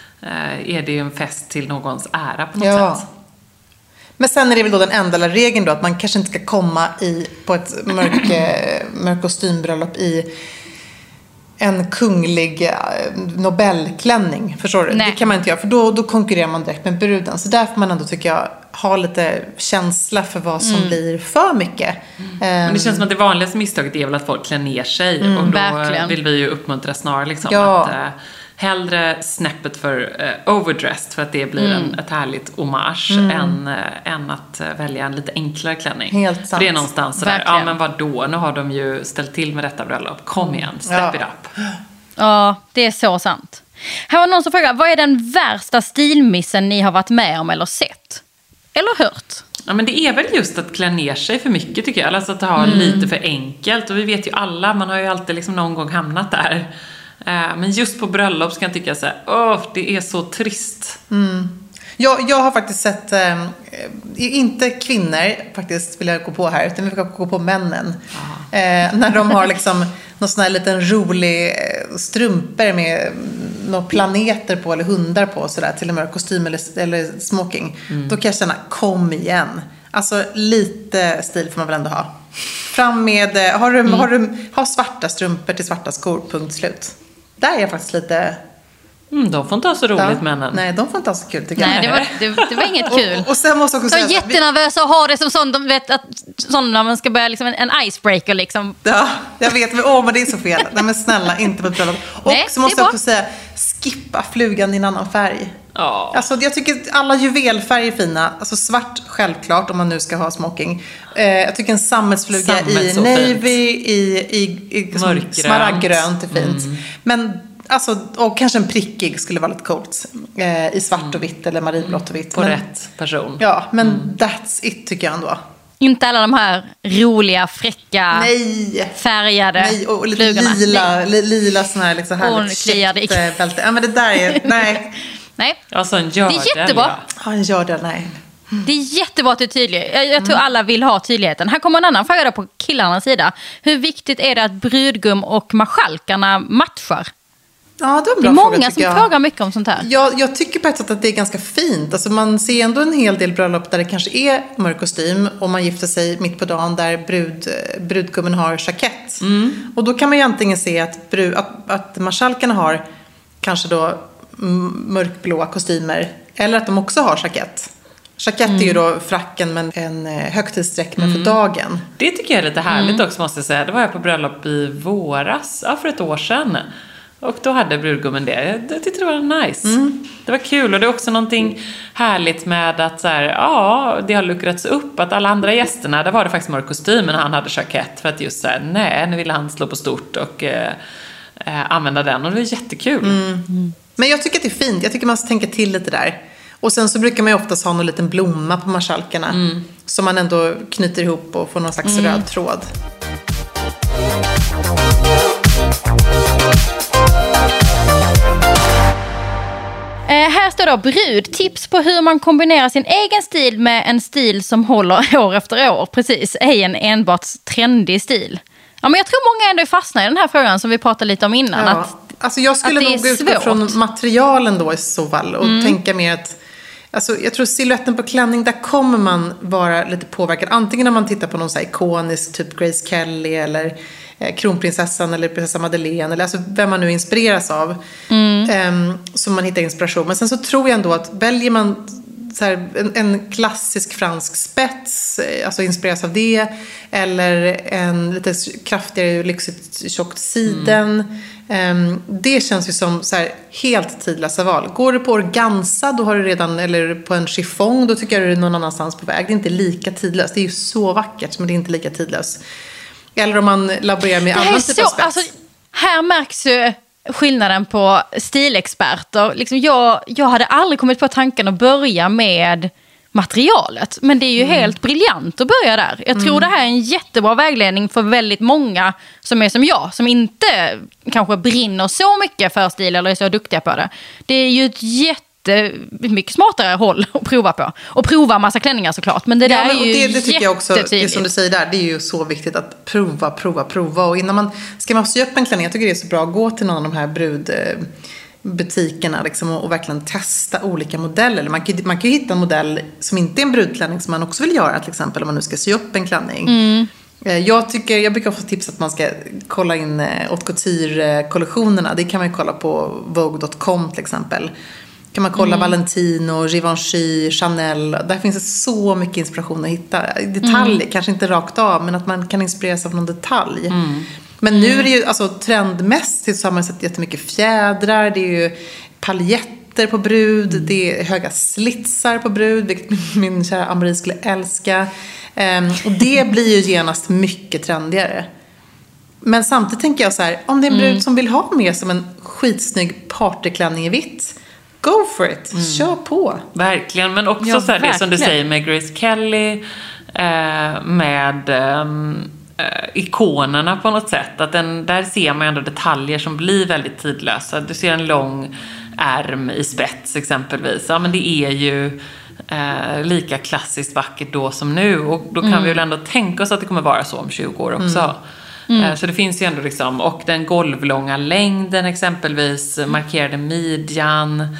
eh, är det ju en fest till någons ära på något ja. sätt. Men sen är det väl då den enda regeln då att man kanske inte ska komma i, på ett mörk, mörk kostymbröllop i en kunglig Nobelklänning. Förstår du? Nej. Det kan man inte göra för då, då konkurrerar man direkt med bruden. Så där får man ändå tycker jag ha lite känsla för vad som mm. blir för mycket. Mm. Men det känns som att det vanligaste misstaget är väl att folk klär ner sig. Mm, och då verkligen. vill vi ju uppmuntra snarare liksom ja. att... hellre snäppet för uh, overdressed för att det blir mm. en, ett härligt hommage mm. än, uh, än att uh, välja en lite enklare klänning. Helt sant. För det är någonstans sådär, ja men vadå, nu har de ju ställt till med detta bröllop. Kom igen, step ja. it up. Ja, det är så sant. Här var någon som frågar, vad är den värsta stilmissen ni har varit med om eller sett? Eller hört? Ja, men det är väl just att klä ner sig för mycket tycker jag. Alltså att ha mm. lite för enkelt. Och vi vet ju alla, man har ju alltid liksom någon gång hamnat där. Men just på bröllop ska jag tycka så här, åh, det är så trist. Mm. Jag, jag har faktiskt sett, eh, inte kvinnor faktiskt vill jag gå på här, utan vi ska gå på männen. Eh, när de har liksom någon sån här liten rolig strumpor med några planeter på eller hundar på sådär, till och med kostym eller, eller smoking. Mm. Då kan jag känna, kom igen. Alltså lite stil får man väl ändå ha. Fram med, har du, mm. har du har svarta strumpor till svarta skor, punkt slut. Där är jag faktiskt lite... Mm, de får inte ha så roligt, ja. männen. Nej, de får inte ha så kul tycker Nej, jag. Nej, det var, det, det var inget kul. och, och sen måste jag också säga... Jag är jättenervösa att ha det som sån, de vet att sån när man ska börja liksom en, en icebreaker liksom. Ja, jag vet, men åh, men det är så fel. Nej, men snälla, inte på ett bröllop. Och Nej, så måste jag också säga, skippa flugan i en annan färg. Ja. Alltså, jag tycker alla juvelfärger är fina. Alltså svart, självklart, om man nu ska ha smoking. Eh, jag tycker en sammetsfluga i navy, i, i, i smaragdgrönt är fint. Mm. Men alltså, och kanske en prickig skulle vara lite coolt. Eh, I svart och vitt eller marinblått och vitt. På men, rätt person. Ja, men mm. that's it tycker jag ändå. Inte alla de här roliga, fräcka, Nej. färgade Nej, och lite flugorna. lila, li, lila sån här liksom härligt käckt bälte. Ja, men det där är, nej. Nej. Alltså en gördel. Det är jättebra. Ja, en gördel, nej. Mm. Det är jättebra att du är tydlig. Jag, jag tror mm. alla vill ha tydligheten. Här kommer en annan fråga då på killarnas sida. Hur viktigt är det att brudgum och marskalkarna matchar? Ja, det, är en bra det är många fråga, som jag. frågar mycket om sånt här. Jag, jag tycker på ett sätt att det är ganska fint. Alltså man ser ändå en hel del bröllop där det kanske är mörk kostym och man gifter sig mitt på dagen där brud, brudgummen har jackett. Mm. Och då kan man ju antingen se att, brud, att, att marskalkarna har kanske då mörkblåa kostymer eller att de också har jackett. Jackett mm. är ju då fracken med en högtidsdräkt mm. för dagen. Det tycker jag är lite härligt mm. också måste jag säga. Det var jag på bröllop i våras, ja, för ett år sedan. Och då hade brudgummen det. Jag tyckte det var nice. Mm. Det var kul. Och det är också någonting härligt med att så här, ja, det har luckrats upp. Att alla andra gästerna, där var det faktiskt mörk kostym, men han hade jackett. För att just så här, nej, nu ville han slå på stort och eh, eh, använda den. Och det var jättekul. Mm. Mm. Men jag tycker att det är fint. Jag tycker man ska tänka till lite där. Och sen så brukar man ju oftast ha någon liten blomma på marskalkarna. Mm. Som man ändå knyter ihop och får någon slags mm. röd tråd. Eh, här står då brud. Tips på hur man kombinerar sin egen stil med en stil som håller år efter år. Precis, ej en enbart trendig stil. Ja, men jag tror många ändå fastnar i den här frågan som vi pratade lite om innan. Ja. Att, alltså jag skulle nog utgå från materialen då i så fall. Och mm. tänka mer att... Alltså, jag tror siluetten på klänning, där kommer man vara lite påverkad. Antingen när man tittar på någon så här ikonisk, typ Grace Kelly eller eh, kronprinsessan eller prinsessa Madeleine. Eller alltså vem man nu inspireras av. Mm. Eh, som man hittar inspiration. Men sen så tror jag ändå att väljer man så här, en, en klassisk fransk spets, alltså inspireras av det. Eller en lite kraftigare, lyxigt, tjockt siden. Mm. Um, det känns ju som så här, helt tidlösa val. Går du på organza, då har du redan, eller på en chiffong, då tycker jag du är någon annanstans på väg. Det är inte lika tidlöst. Det är ju så vackert, men det är inte lika tidlöst. Eller om man laborerar med annan typ av spets. Alltså, här märks ju skillnaden på stilexperter. Liksom jag, jag hade aldrig kommit på tanken att börja med materialet. Men det är ju mm. helt briljant att börja där. Jag tror mm. det här är en jättebra vägledning för väldigt många som är som jag. Som inte kanske brinner så mycket för stil eller är så duktiga på det. Det är ju ett jättemycket smartare håll att prova på. Och prova massa klänningar såklart. Men det ja, där men, är ju det, det tycker jag också, det som du säger där, det är ju så viktigt att prova, prova, prova. Och innan man, ska man sy upp en klänning, jag tycker det är så bra att gå till någon av de här brud... butikerna liksom, och, och verkligen testa olika modeller. Man kan, man kan ju hitta en modell som inte är en brudklänning som man också vill göra, till exempel om man nu ska sy upp en klänning. Mm. Jag, tycker, jag brukar få tips att man ska kolla in haute couture-kollektionerna. Det kan man ju kolla på vogue dot com till exempel. Kan man kolla mm. Valentino, Givenchy, Chanel. Där finns det så mycket inspiration att hitta. Detaljer, mm. kanske inte rakt av, men att man kan inspireras av någon detalj. Mm. Men nu är det ju, alltså trendmässigt så har man sett jättemycket fjädrar, det är ju paljetter på brud, mm. det är höga slitsar på brud, vilket min, min kära Ann-Marie skulle älska. Um, och det blir ju genast mycket trendigare. Men samtidigt tänker jag så här, om det är en brud mm. som vill ha med som en skitsnygg partyklänning i vitt, go for it, mm. kör på. Verkligen, men också ja, så här, det som du säger med Grace Kelly, eh, med eh, ikonerna på något sätt, att den, där ser man ändå detaljer som blir väldigt tidlösa. Du ser en lång ärm i spets exempelvis, ja men det är ju eh, lika klassiskt vackert då som nu, och då kan mm. vi väl ändå tänka oss att det kommer vara så om tjugo år också. Mm. Mm. Så det finns ju ändå liksom, och den golvlånga längden exempelvis, markerade midjan.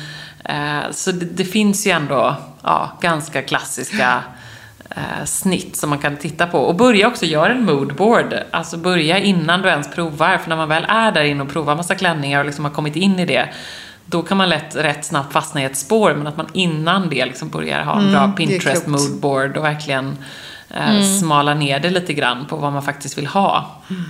Så det, det finns ju ändå ja, ganska klassiska eh, snitt som man kan titta på. Och börja också göra en moodboard. Alltså börja innan du ens provar. För när man väl är där inne och provar massa klänningar och liksom har kommit in i det, då kan man lätt, rätt snabbt fastna i ett spår. Men att man innan det liksom börjar ha en mm, bra Pinterest moodboard och verkligen eh, mm. smala ner det lite grann på vad man faktiskt vill ha. Mm.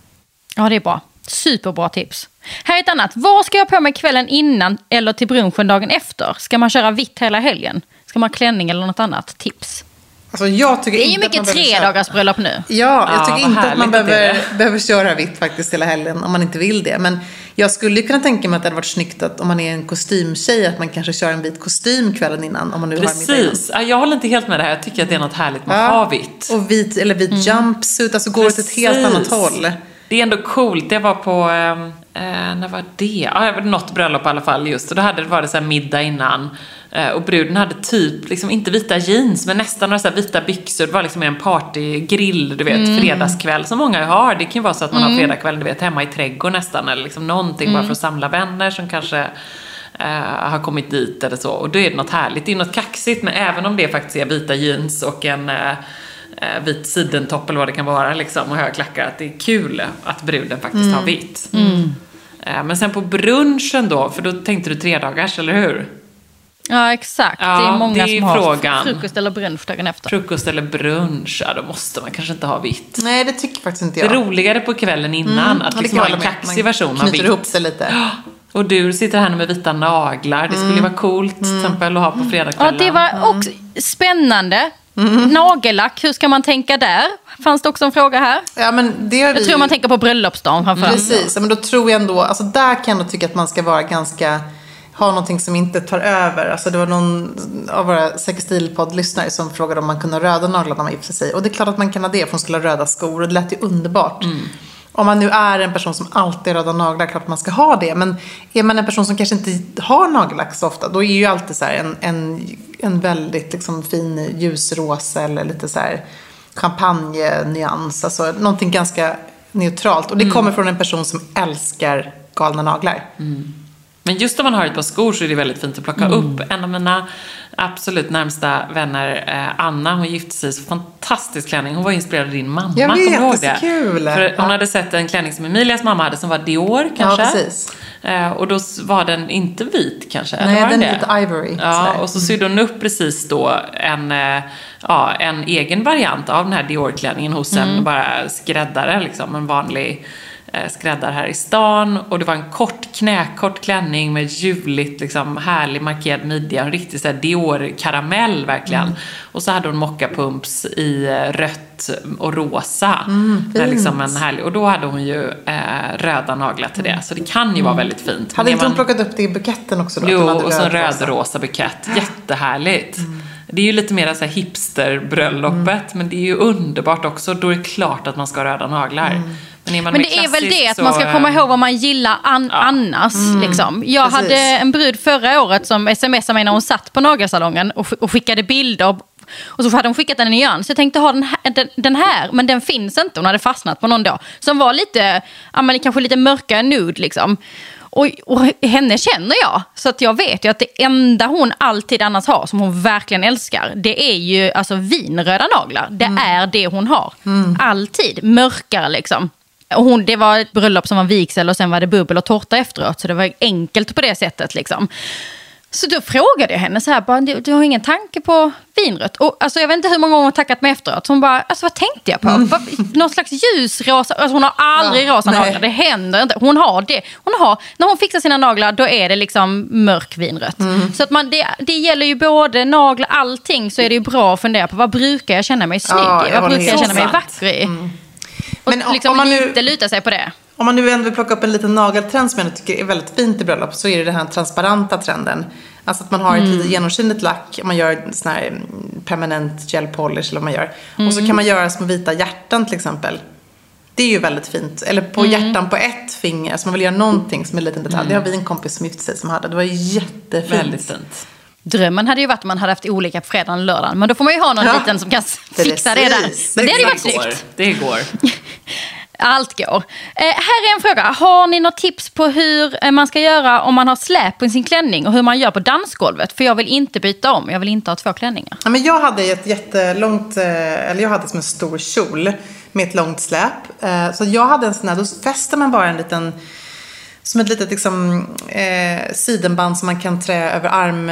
Ja, det är bra. Superbra tips. Här är ett annat. Vad ska jag på mig kvällen innan eller till brunchen dagen efter? Ska man köra vitt hela helgen? Ska man ha klänning eller något annat? Tips. Alltså jag tycker det är ju inte mycket tre dagars bröllop nu. Ja, jag tycker ja, inte att man att behöver, behöver köra vitt faktiskt hela helgen om man inte vill det. Men jag skulle kunna tänka mig att det hade varit snyggt att om man är en kostymtjej att man kanske kör en vit kostym kvällen innan. Om man nu Precis, har jag håller inte helt med det här. Jag tycker att det är något härligt med att ja. ha vitt. Och vit, eller vit mm. jumpsuit, alltså går åt ett helt annat håll. Det är ändå coolt. Det var på, eh, när var det? Ja, det var något bröllop i alla fall just. Och då hade det varit så här middag innan. Eh, och bruden hade typ, liksom inte vita jeans, men nästan några så här vita byxor. Det var liksom en partygrill, du vet, mm. fredagskväll som många har. Det kan ju vara så att man mm. har fredagskväll, du vet, hemma i trädgården nästan. Eller liksom någonting mm. bara för att samla vänner som kanske eh, har kommit dit eller så. Och då är det något härligt. Det är något kaxigt, men även om det faktiskt är vita jeans och en... Eh, vit sidentopp eller vad det kan vara liksom, och höga klackar, att det är kul att bruden faktiskt mm. har vitt. Mm. Men sen på brunchen då, för då tänkte du tre dagars, eller hur? Ja, exakt. Ja, det är många det är som frågan. Har frukost eller brunch dagen efter. Frukost eller brunch, ja, då måste man kanske inte ha vitt. Nej, det tycker faktiskt inte jag. Det är roligare på kvällen innan mm. att liksom ha en kaxig version av vitt. Knyter ihop sig lite. Och du sitter här med vita naglar. Det skulle ju vara coolt mm. till exempel att ha på fredagskvällen. Ja, det var också spännande. Mm. Nagellack, hur ska man tänka där? Fanns det också en fråga här? Ja, men det jag vi... tror man tänker på bröllopsdagen framförallt. Precis, men då tror jag ändå, alltså där kan jag tycka att man ska vara ganska, ha någonting som inte tar över. Alltså det var någon av våra sextilpodd-lyssnare som frågade om man kunde ha röda naglar när man gifter sig. Och det är klart att man kan ha det, för hon skulle ha röda skor, och det lät ju underbart. Mm. Om man nu är en person som alltid har röda naglar, klart att man ska ha det. Men är man en person som kanske inte har nagellack så ofta, då är ju alltid så här en, en, en väldigt liksom fin ljusrosa eller lite så här champagne-nyans. Alltså någonting ganska neutralt. Och det mm. kommer från en person som älskar galna naglar. Mm. Men just om man har ett par skor så är det väldigt fint att plocka mm. upp. En av mina absolut närmsta vänner, eh, Anna, hon gifte sig, så fantastisk klänning. Hon var inspirerad av din mamma. Jag vet, det är så kul. För hon ja. hade sett en klänning som Emilias mamma hade som var Dior kanske. Ja, precis. Eh, och då var den inte vit kanske. Nej, var den det? är lite ivory. Ja, sådär. Och så sydde hon upp precis då en, eh, ja, en egen variant av den här Dior-klänningen hos mm. en bara skräddare, liksom, en vanlig skräddar här i stan, och det var en kort knäkort klänning med juligt liksom härlig markerad midja, en riktig så här Dior-karamell verkligen. Mm. Och så hade hon mockapumps i rött och rosa. Mm, med liksom en härlig, och då hade hon ju eh, röda naglar till det. Så det kan ju mm. vara väldigt fint. Hade inte man... hon plockat upp det i buketten också då? Jo, och så en röd-rosa bukett. Jättehärligt. Mm. Det är ju lite mer så här hipsterbröllopet, mm. men det är ju underbart också. Då är det klart att man ska ha röda naglar. Mm. Men, men det är väl det att så... man ska komma ihåg vad man gillar an- ja. annars. Mm. Liksom. Jag Precis. hade en brud förra året som smsade mig när hon satt på nagelsalongen och, och skickade bilder. Och så hade hon skickat en nyans. Jag tänkte ha den här, den, den här, men den finns inte. Hon hade fastnat på någon då. Som var lite, ja, men kanske lite mörkare nude liksom. Och, och henne känner jag. Så att jag vet ju att det enda hon alltid annars har, som hon verkligen älskar, det är ju alltså vinröda naglar. Det mm. är det hon har. Mm. Alltid. Mörkare liksom. Och hon, det var ett bröllop som var vigsel och sen var det bubbel och tårta efteråt. Så det var enkelt på det sättet liksom. Så då frågade jag henne så här, bara, du, du har ingen tanke på vinrött? Och, alltså, jag vet inte hur många gånger hon har tackat mig efteråt. Så hon bara, alltså vad tänkte jag på? Mm. Någon slags ljusrosa, alltså hon har aldrig ja, rosa nej. naglar, det händer inte. Hon har det, hon har, när hon fixar sina naglar, då är det liksom mörk vinrött. Mm. Så att man, det, det gäller ju både naglar, allting, så är det ju bra att fundera på, vad brukar jag känna mig snygg i? Ja, vad brukar jag känna mig vacker i? Mm. Och men liksom om man nu... lite luta sig på det. Om man nu ändå vill plocka upp en liten nageltrend som jag tycker är väldigt fint i bröllop, så är det den här transparenta trenden. Alltså att man har ett mm. lite genomskinligt lack, man gör sån här permanent gel polish eller vad man gör. Mm. Och så kan man göra små vita hjärtan till exempel. Det är ju väldigt fint. Eller på mm. hjärtan på ett finger, alltså man vill göra någonting som är en liten detalj. Mm. Det har vi en kompis som gifte sig som hade. Det var jättefint. Väldigt fint. Drömmen hade ju varit om man hade haft olika på fredagen och lördagen. Men då får man ju ha någon ja. liten som kan fixa det där. Men det hade ju varit snyggt. Det går. Allt går. Eh, här är en fråga. Har ni något tips på hur man ska göra om man har släp på sin klänning och hur man gör på dansgolvet? För jag vill inte byta om. Jag vill inte ha två klänningar. Ja, men jag hade ett jättelångt, eller jag hade som en stor kjol med ett långt släp. Eh, så jag hade en sån här, då fäster man bara en liten, som ett litet liksom, eh, sidenband som man kan trä över arm,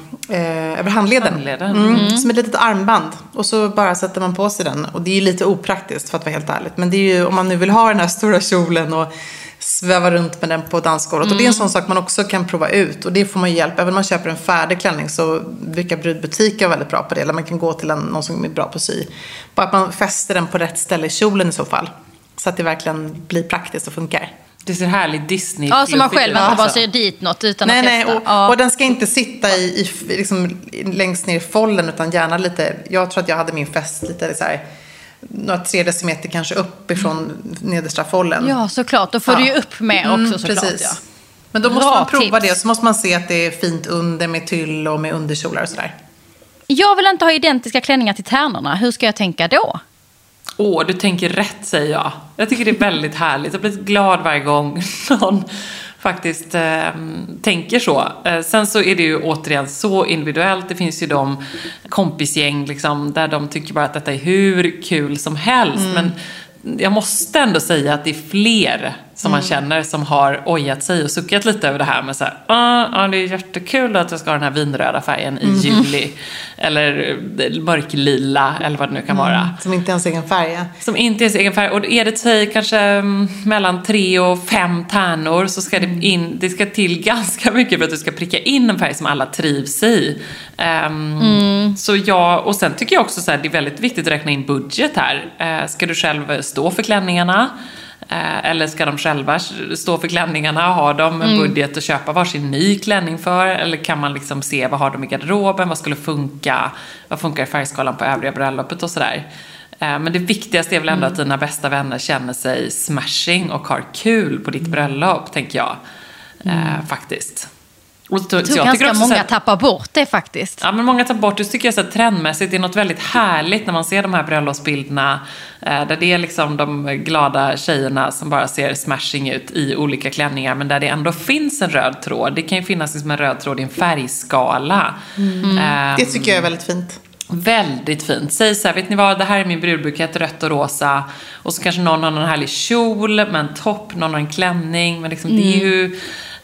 eh, över handleden. handleden. Mm. Mm. Som ett litet armband. Och så bara sätter man på sig den. Och det är ju lite opraktiskt för att vara helt ärligt. Men det är ju, om man nu vill ha den här stora kjolen och sväva runt med den på dansgolvet. Mm. Och det är en sån sak man också kan prova ut. Och det får man ju hjälp. Även om man köper en färdig klänning så brukar brudbutiker vara väldigt bra på det. Eller man kan gå till en, någon som är bra på sy. Bara att man fäster den på rätt ställe i kjolen i så fall. Så att det verkligen blir praktiskt och funkar. Det ser härligt Disney. Ja, som man själv inte bara ser dit något utan nej, att nej, testa. Och, ja. och den ska inte sitta i, i, liksom, längst ner i follen, utan gärna lite, jag tror att jag hade min fäst lite så här, några tre decimeter kanske upp ifrån mm. nederstra follen. Ja, såklart. Då får ja. du ju upp med också mm, såklart. Precis. Ja. Men då måste Bra man prova tips. det, och så måste man se att det är fint under med tyll och med underkjolar och sådär. Jag vill inte ha identiska klänningar till tärnorna. Hur ska jag tänka då? Åh, du tänker rätt, säger jag. Jag tycker det är väldigt härligt. Jag blir glad varje gång någon faktiskt eh, tänker så. Eh, sen så är det ju återigen så individuellt. Det finns ju de kompisgäng liksom, där de tycker bara att detta är hur kul som helst. Mm. Men jag måste ändå säga att det är fler som man mm. känner som har ojat sig och suckat lite över det här med så här, ah, ah, det är jättekul att jag ska ha den här vinröda färgen i mm. juli eller mörklila eller vad det nu kan mm. vara. Som inte ens egen färg. Som inte ens egen färg. Och är det sig kanske mm, mellan tre och fem tärnor, så ska det in, det ska till ganska mycket för att du ska pricka in en färg som alla trivs i. Um, mm. Så jag, och sen tycker jag också så här, det är väldigt viktigt att räkna in budget här. Uh, ska du själv stå för klänningarna? Eller ska de själva stå för klänningarna? Har de en budget att köpa varsin ny klänning för? Eller kan man liksom se, vad har de i garderoben? Vad skulle funka? Vad funkar i färgskalan på övriga bröllopet och sådär? Men det viktigaste är väl ändå mm. att dina bästa vänner känner sig smashing och har kul på ditt bröllop, tänker jag. Mm. Eh, faktiskt. Och så, jag tror så jag ganska många här, tappar bort det faktiskt. Ja, men många tappar bort det. Så tycker jag så här, trendmässigt det är något väldigt härligt när man ser de här bröllopsbilderna eh, där det är liksom de glada tjejerna som bara ser smashing ut i olika klänningar, men där det ändå finns en röd tråd. Det kan ju finnas liksom en röd tråd i en färgskala. Mm. Eh, det tycker jag är väldigt fint. Väldigt fint. Säg så här, vet ni vad, det här är min brudbukett, rött och rosa. Och så kanske någon har någon härlig kjol med en topp, någon har en klänning. Men liksom, mm. det är ju...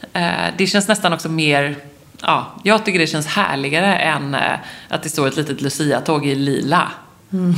Det känns nästan också mer, ja, jag tycker det känns härligare än att det står ett litet Lucia-tåg i lila. Mm.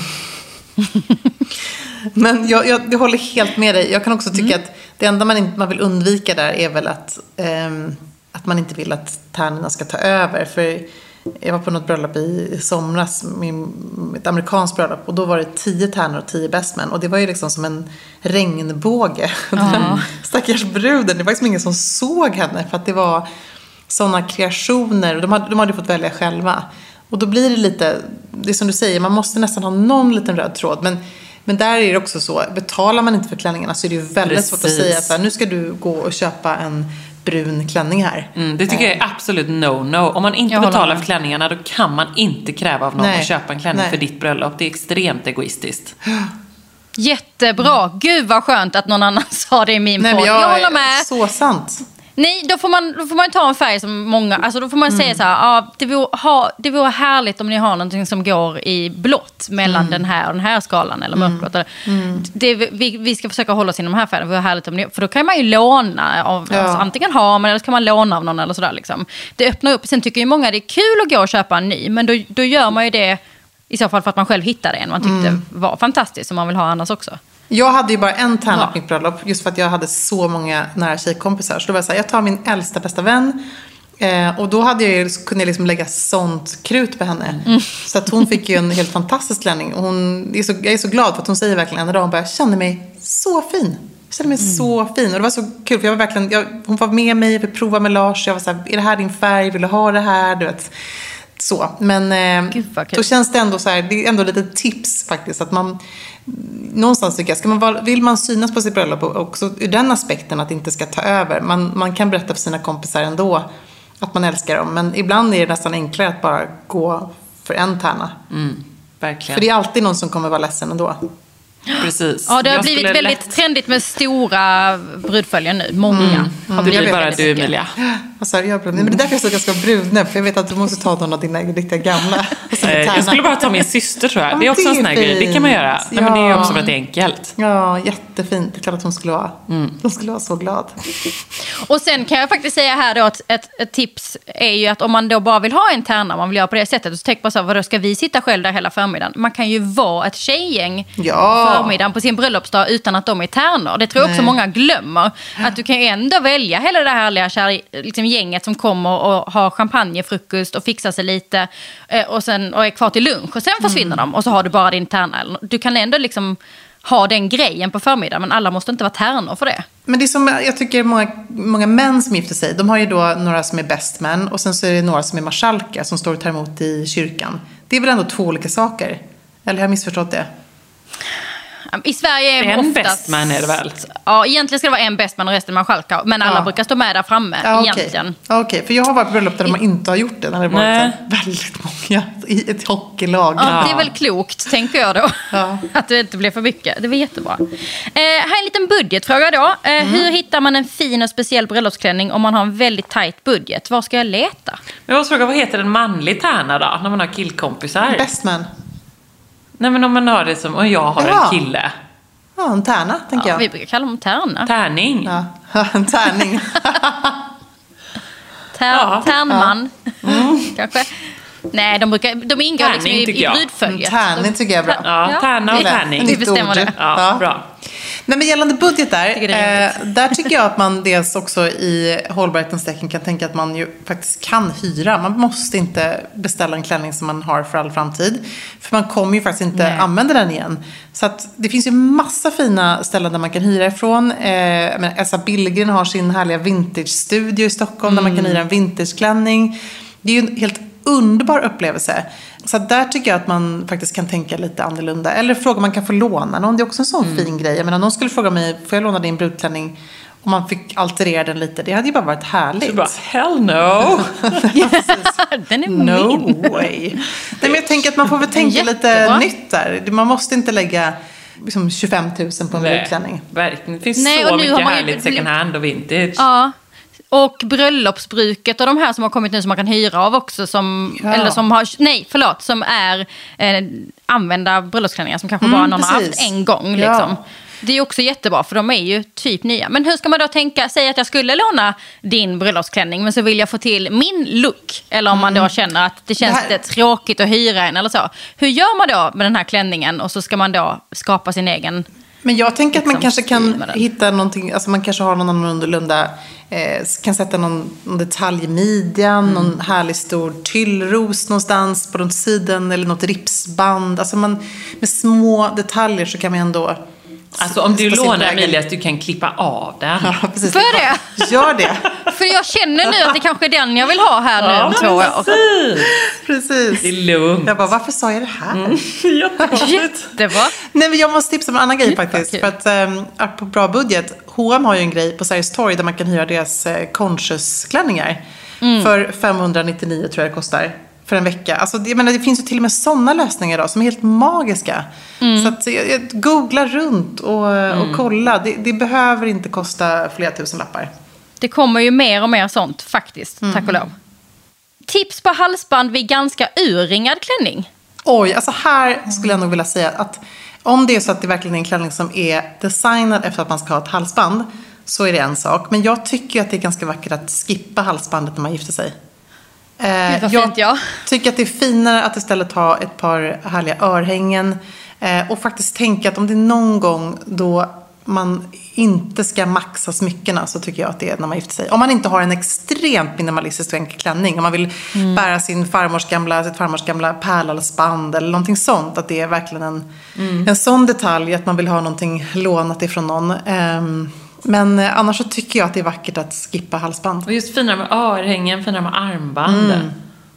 Men jag, jag, jag håller helt med dig. Jag kan också tycka mm. att det enda man, inte, man vill undvika där är väl att, um, att man inte vill att tärnorna ska ta över. För jag var på något bröllop i somras, med ett amerikanskt bröllop, och då var det tio tärnor och tio bestmän, och det var ju liksom som en regnbåge. Ja. Stackars bruden, det var liksom ingen som såg henne, för att det var sådana kreationer, och de hade, de hade fått välja själva. Och då blir det lite, det är som du säger, man måste nästan ha någon liten röd tråd, men Men där är det också så, betalar man inte för klänningarna så är det ju väldigt Precis. svårt att säga att nu ska du gå och köpa en brun klänning här. Mm, det tycker jag är absolut no-no. Om man inte jag betalar för klänningarna, då kan man inte kräva av någon Nej. att köpa en klänning Nej. för ditt bröllop. Det är extremt egoistiskt. Jättebra. Gud vad skönt att någon annan sa det i min Nej, podd. Jag, jag håller med. Så sant. Nej, då får man, då får man ta en färg som många... Alltså då får man mm. säga så här, ja, det, vore, ha, det vore härligt om ni har någonting som går i blått mellan mm. den här och den här skalan, eller mörkblått. Mm. Mm. Det, vi, vi ska försöka hålla oss inom de här färgerna, det vore härligt om ni... För då kan man ju låna av... Ja. Alltså, antingen ha man eller så kan man låna av någon eller sådär liksom. Det öppnar upp. Sen tycker ju många det är kul att gå och köpa en ny, men då, då gör man ju det i så fall för att man själv hittade en man tyckte mm. var fantastiskt, som man vill ha annars också. Jag hade ju bara en tärna på mitt bröllop, just för att jag hade så många nära tjejkompisar. Så då var jag så här, jag tar min äldsta bästa vän. Eh, och då hade jag, kunde jag liksom lägga sånt krut på henne. Mm. Så att hon fick ju en helt fantastisk klänning. Och hon, är så, jag är så glad för att hon säger verkligen en dag, hon bara, jag kände mig så fin. Jag kände mig mm. så fin. Och det var så kul, för jag var verkligen, jag, hon var med mig, jag fick prova med Lars. Jag var så här, är det här din färg? Vill du ha det här? Du vet. Så, men eh, då känns det ändå så här, det är ändå lite tips faktiskt, att man någonstans tycker jag, ska man vara, vill man synas på sitt bröllop också ur den aspekten att det inte ska ta över, man, man kan berätta för sina kompisar ändå att man älskar dem, men ibland är det nästan enklare att bara gå för en tärna. Mm, verkligen. För det är alltid någon som kommer vara ledsen ändå. Precis. Ja, det har jag blivit väldigt lätt... trendigt med stora brudföljer nu. Många. Mm. Har det blir bara du, mycket. Emilia. Alltså, jag mm. Men det är därför jag så ganska brudnäbb. För jag vet att du måste ta någon av dina riktiga gamla. Jag skulle bara ta min syster, tror jag. Ja, det är också det är en sån här grej. Det kan man göra. Ja. Nej, men det är också väldigt enkelt. Ja, jättefint. Det är klart att hon skulle vara. Mm. Hon skulle vara så glad. Och sen kan jag faktiskt säga här då att ett, ett tips är ju att om man då bara vill ha en tärna, man vill göra på det sättet, så tänk på så här, vadå, ska vi sitta själv där hela förmiddagen? Man kan ju vara ett tjejgäng ja. förmiddagen på sin bröllopsdag utan att de är tärnor. Det tror jag också Nej. många glömmer. Att du kan ju ändå välja hela det här härliga kär, liksom, gänget som kommer och har champagnefrukost och fixar sig lite och, sen, och är kvar till lunch och sen försvinner mm. de och så har du bara din tärna. Du kan ändå liksom ha den grejen på förmiddagen, men alla måste inte vara tärnor för det. Men det är som jag tycker många, många män som gifter sig, de har ju då några som är bestmän och sen så är det några som är marskalkar som står och tar emot i kyrkan. Det är väl ändå två olika saker? Eller har jag missförstått det? I Sverige är en oftast... bestman är det väl? Ja, egentligen ska det vara en bestman och resten marskalkar. Men alla ja. brukar stå med där framme, ja, okay. egentligen. Okej, okay. För jag har varit på bröllop där I... man inte har gjort det. När det varit väldigt många i ett hockeylag. Ja, ja, det är väl klokt, tänker jag då. Ja. Att det inte blir för mycket. Det var jättebra. Eh, här är en liten budgetfråga då. Eh, mm. Hur hittar man en fin och speciell bröllopsklänning om man har en väldigt tajt budget? Var ska jag leta? Jag måste fråga, vad heter en manlig tärna då? När man har killkompisar? Bestman. Nej, men om man har det som, och jag har ja. en kille. Ja, en tärna, tänker ja, jag. Vi brukar kalla dem tärna. Tärning. Ja, en tärning. Tär, ja. Tärnman, mm. kanske. Nej, de, brukar, de ingår tärning, liksom i, i brudföljet. Tärning tycker jag är bra. Ja, tärna och tärning. Vi bestämmer det. Ja, ja. Bra. Nej, men gällande budget där, eh, där tycker jag att man dels också i hållbarhetens tecken kan tänka att man ju faktiskt kan hyra. Man måste inte beställa en klänning som man har för all framtid. För man kommer ju faktiskt inte Nej. använda den igen. Så att det finns ju massa fina ställen där man kan hyra ifrån. Eh, men Elsa Billgren har sin härliga vintage-studio i Stockholm mm. där man kan hyra en vintageklänning. Det är ju en helt underbar upplevelse. Så där tycker jag att man faktiskt kan tänka lite annorlunda. Eller fråga om man kan få låna någon. Det är också en sån mm. fin grej. Jag menar, någon skulle fråga mig, får jag låna din brudklänning? Om man fick alterera den lite. Det hade ju bara varit härligt. Så bara, hell no. Den är no min. way. Nej, men jag tänker att man får väl tänka lite nytt där. Man måste inte lägga liksom tjugofem tusen på en Nej, brudklänning. Verkligen. Det finns Nej, så och nu mycket har man ju härligt second hand och vintage. Ja. Och bröllopsbruket och de här som har kommit nu som man kan hyra av också som, ja. eller som har, nej förlåt, som är eh, använda bröllopsklänningar som kanske mm, bara någon precis. har haft en gång liksom. Ja. Det är också jättebra för de är ju typ nya. Men hur ska man då tänka, säga att jag skulle låna din bröllopsklänning men så vill jag få till min look. Eller om man då känner att det känns det här... tråkigt att hyra en eller så. Hur gör man då med den här klänningen och så ska man då skapa sin egen... Men jag tänker att man kanske kan hitta någonting, alltså man kanske har någon annorlunda, eh, kan sätta någon, någon detalj i midjan, mm. någon härlig stor tyllros någonstans på någon sidan eller något ripsband. Alltså man, med små detaljer så kan man ändå... Alltså om du lånar Emilia att du kan klippa av den. Ja, precis. För det? Gör det. För jag känner nu att det kanske är den jag vill ha här nu ja, om två år. Precis. Det är lugnt. Jag bara, varför sa jag det här? Mm. Jättebra. Nej, men jag måste tipsa om en annan grej faktiskt. För att um, på bra budget, H och M har ju en grej på Sergels torg där man kan hyra deras uh, conscious-klänningar. Mm. För femhundranittionio tror jag det kostar. För en vecka. Alltså, jag menar, det finns ju till och med sådana lösningar då, som är helt magiska. Mm. Så att, jag, googla runt och, mm. och kolla. Det, det behöver inte kosta flera tusen lappar. Det kommer ju mer och mer sånt faktiskt, mm. tack och lov. Tips på halsband vid ganska urringad klänning? Oj, alltså här skulle jag nog vilja säga att om det är så att det verkligen är en klänning som är designad efter att man ska ha ett halsband, så är det en sak. Men jag tycker att det är ganska vackert att skippa halsbandet när man gifter sig. Eh, Gud, vad jag fint, ja. tycker att det är finare att istället ha ett par härliga örhängen. Eh, och faktiskt tänka att om det är någon gång då man inte ska maxa smyckena, så tycker jag att det är när man gifter sig. Om man inte har en extremt minimalistisk enkel klänning, om man vill mm. bära sin farmors gamla, sitt farmors gamla pärlhalsband eller någonting sånt, att det är verkligen en, mm. en sån detalj att man vill ha någonting lånat ifrån någon. Um, men annars så tycker jag att det är vackert att skippa halsband. Och just finare med örhängen, finare med armbanden. Mm.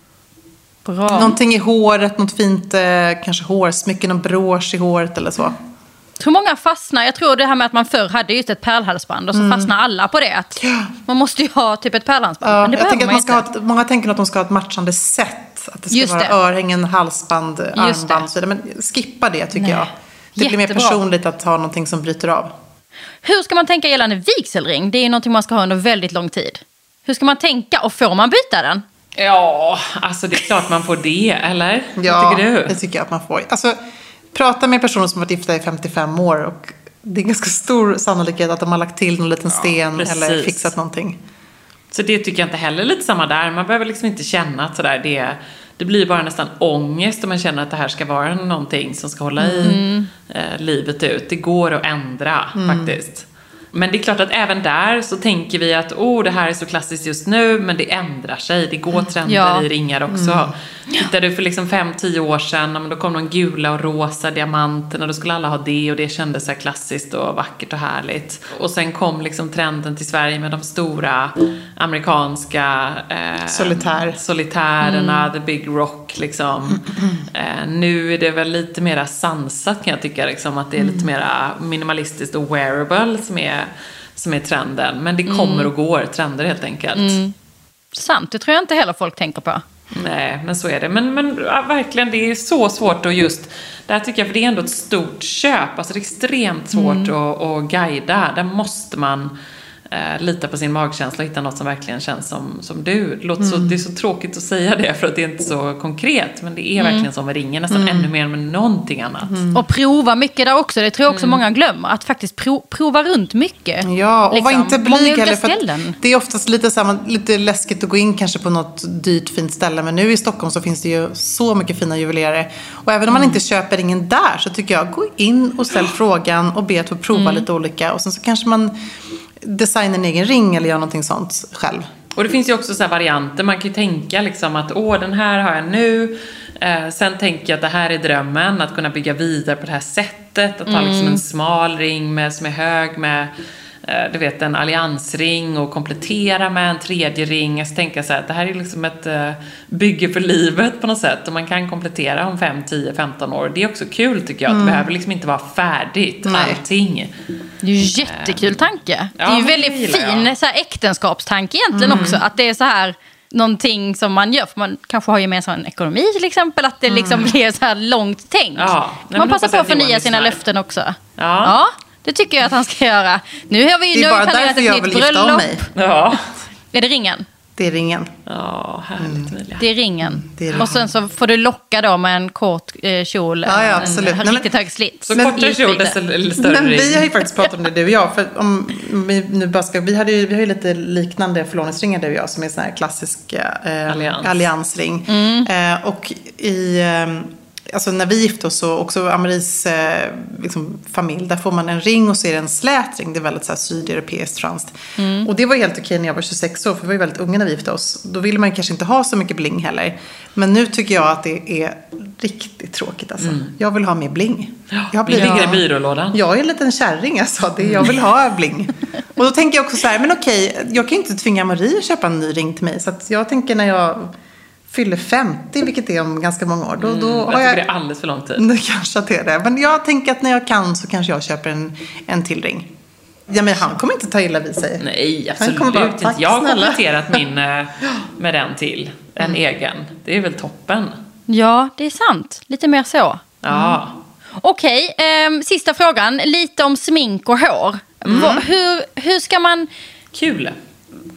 Bra. Någonting i håret, något fint, eh, kanske hårsmycken, någon brosch i håret eller så. Hur många fastnar? Jag tror det här med att man förr hade just ett pärlhalsband och så mm. fastnar alla på det. Att ja. Man måste ju ha typ ett pärlhalsband. Ja, men det jag tänker att man man ska ha ett, många tänker att de ska ha ett matchande set. Att det ska just vara det. örhängen, halsband, just armband. Så men skippa det tycker Nej. jag. Det Jättebra. blir mer personligt att ha någonting som bryter av. Hur ska man tänka gällande vigselring? Det är ju någonting man ska ha under väldigt lång tid. Hur ska man tänka och får man byta den? Ja, alltså det är klart man får det, eller? Ja, Vad tycker du? det tycker jag att man får. Alltså, prata med personer som har varit gifta i femtiofem år och det är ganska stor sannolikhet att de har lagt till någon liten sten ja, eller fixat någonting. Så det tycker jag inte heller lite samma där. Man behöver liksom inte känna att sådär det, det blir bara nästan ångest om man känner att det här ska vara någonting som ska hålla i mm. eh, livet ut. Det går att ändra mm. faktiskt. Men det är klart att även där så tänker vi att oh, det här är så klassiskt just nu, men det ändrar sig. Det går trender ja. i ringar också. Mm. Tittar du för liksom fem, tio år sedan, då kom de gula och rosa diamanterna, då skulle alla ha det och det kändes så här klassiskt och vackert och härligt. Och sen kom liksom trenden till Sverige med de stora amerikanska eh, Solitär. solitärerna, mm. the big rock liksom. Mm. Eh, nu är det väl lite mer sansat kan jag tycka liksom, att det är mm. lite mer minimalistiskt och wearable som är som är trenden. Men det kommer mm. och går trender helt enkelt. Mm. Sant, det tror jag inte heller folk tänker på. Nej, men så är det. Men, men ja, verkligen, det är så svårt att just... Där tycker jag, för det är ändå ett stort köp. Alltså det är extremt svårt mm. att, att guida. Där måste man eh, lita på sin magkänsla och hitta något som verkligen känns som, som du. Det, låter mm. så, det är så tråkigt att säga det för att det är inte så konkret. Men det är mm. verkligen som med ringen. Nästan mm. ännu mer än med någonting annat. Mm. Och prova mycket där också. Det tror jag också mm. många glömmer. Att faktiskt prov, prova runt mycket. Ja, och liksom. Var inte blyg heller. För att det är oftast lite, samma, lite läskigt att gå in kanske på något dyrt fint ställe. Men nu i Stockholm så finns det ju så mycket fina juvelerare. Och även om man mm. inte köper ringen där, så tycker jag, gå in och ställ frågan och be att få prova mm. lite olika. Och sen så kanske man designa en egen ring eller göra någonting sånt själv. Och det finns ju också så här varianter. Man kan ju tänka liksom att åh, den här har jag nu. Eh, sen tänker jag att det här är drömmen. Att kunna bygga vidare på det här sättet. Att ha mm. liksom en smal ring med, som är hög med eh, du vet, en alliansring. Och komplettera med en tredje ring. Jag tänker så här att det här är liksom ett eh, bygge för livet på något sätt. Och man kan komplettera om fem, tio, femton år. Det är också kul tycker jag. Att mm. det behöver liksom inte vara färdigt. Nej. Allting. Det är ju jättekul tanke. Ja, det är ju väldigt fin så här, äktenskapstanke egentligen mm. också. Att det är så här någonting som man gör. För man kanske har gemensam ekonomi till exempel. Att det mm. liksom blir så här långt tänkt. Ja, man passar på att förnya sina löften också. Ja. ja, det tycker jag att han ska göra. Nu har vi ju planerat ett nytt bröllop. Ja. Är det ringen? Det är ringen. Ja, härligt Emilia. Det är ringen. Mm, det är ringen. Och sen så får du locka då med en kort eh, kjol. Ja, ja, absolut. En, en riktigt hög slitt. Så kortare kjol, desto större ring. Vi har ju faktiskt pratat om det, du och jag. För om vi, nu bara ska, vi, hade ju, vi har ju lite liknande förlovningsringar, du och jag. Som är sån här klassisk eh, Allians. alliansring. Mm. Eh, och i... Eh, Alltså när vi gifte oss, så också Amaries eh, liksom, familj, där får man en ring och så är det en slät ring. Det är väldigt så här sydeuropeiskt, franskt. Mm. Och det var helt okej när jag var tjugosex år, för vi var ju väldigt unga när vi gifte oss. Då ville man kanske inte ha så mycket bling heller. Men nu tycker jag att det är riktigt tråkigt alltså. Mm. Jag vill ha mer bling. Jag blir, ligger i byrålådan. Jag är en liten kärring alltså. Det, jag vill ha bling. Och då tänker jag också så här, men okej, jag kan inte tvinga Marie att köpa en ny ring till mig. Så att jag tänker när jag... fyller femtio, vilket är om ganska många år. Då, mm, då jag har tycker jag, det är alldeles för lång tid. Det kanske att det är det. Men jag tänker att när jag kan så kanske jag köper en, en till ring. Ja, men han kommer inte ta illa vid sig. Nej, absolut inte. Jag har kompletterat min med den till. En mm. egen. Det är väl toppen. Ja, det är sant. Lite mer så. Ja. Mm. Okej, eh, sista frågan. Lite om smink och hår. Mm. Va, hur, hur ska man... Kul.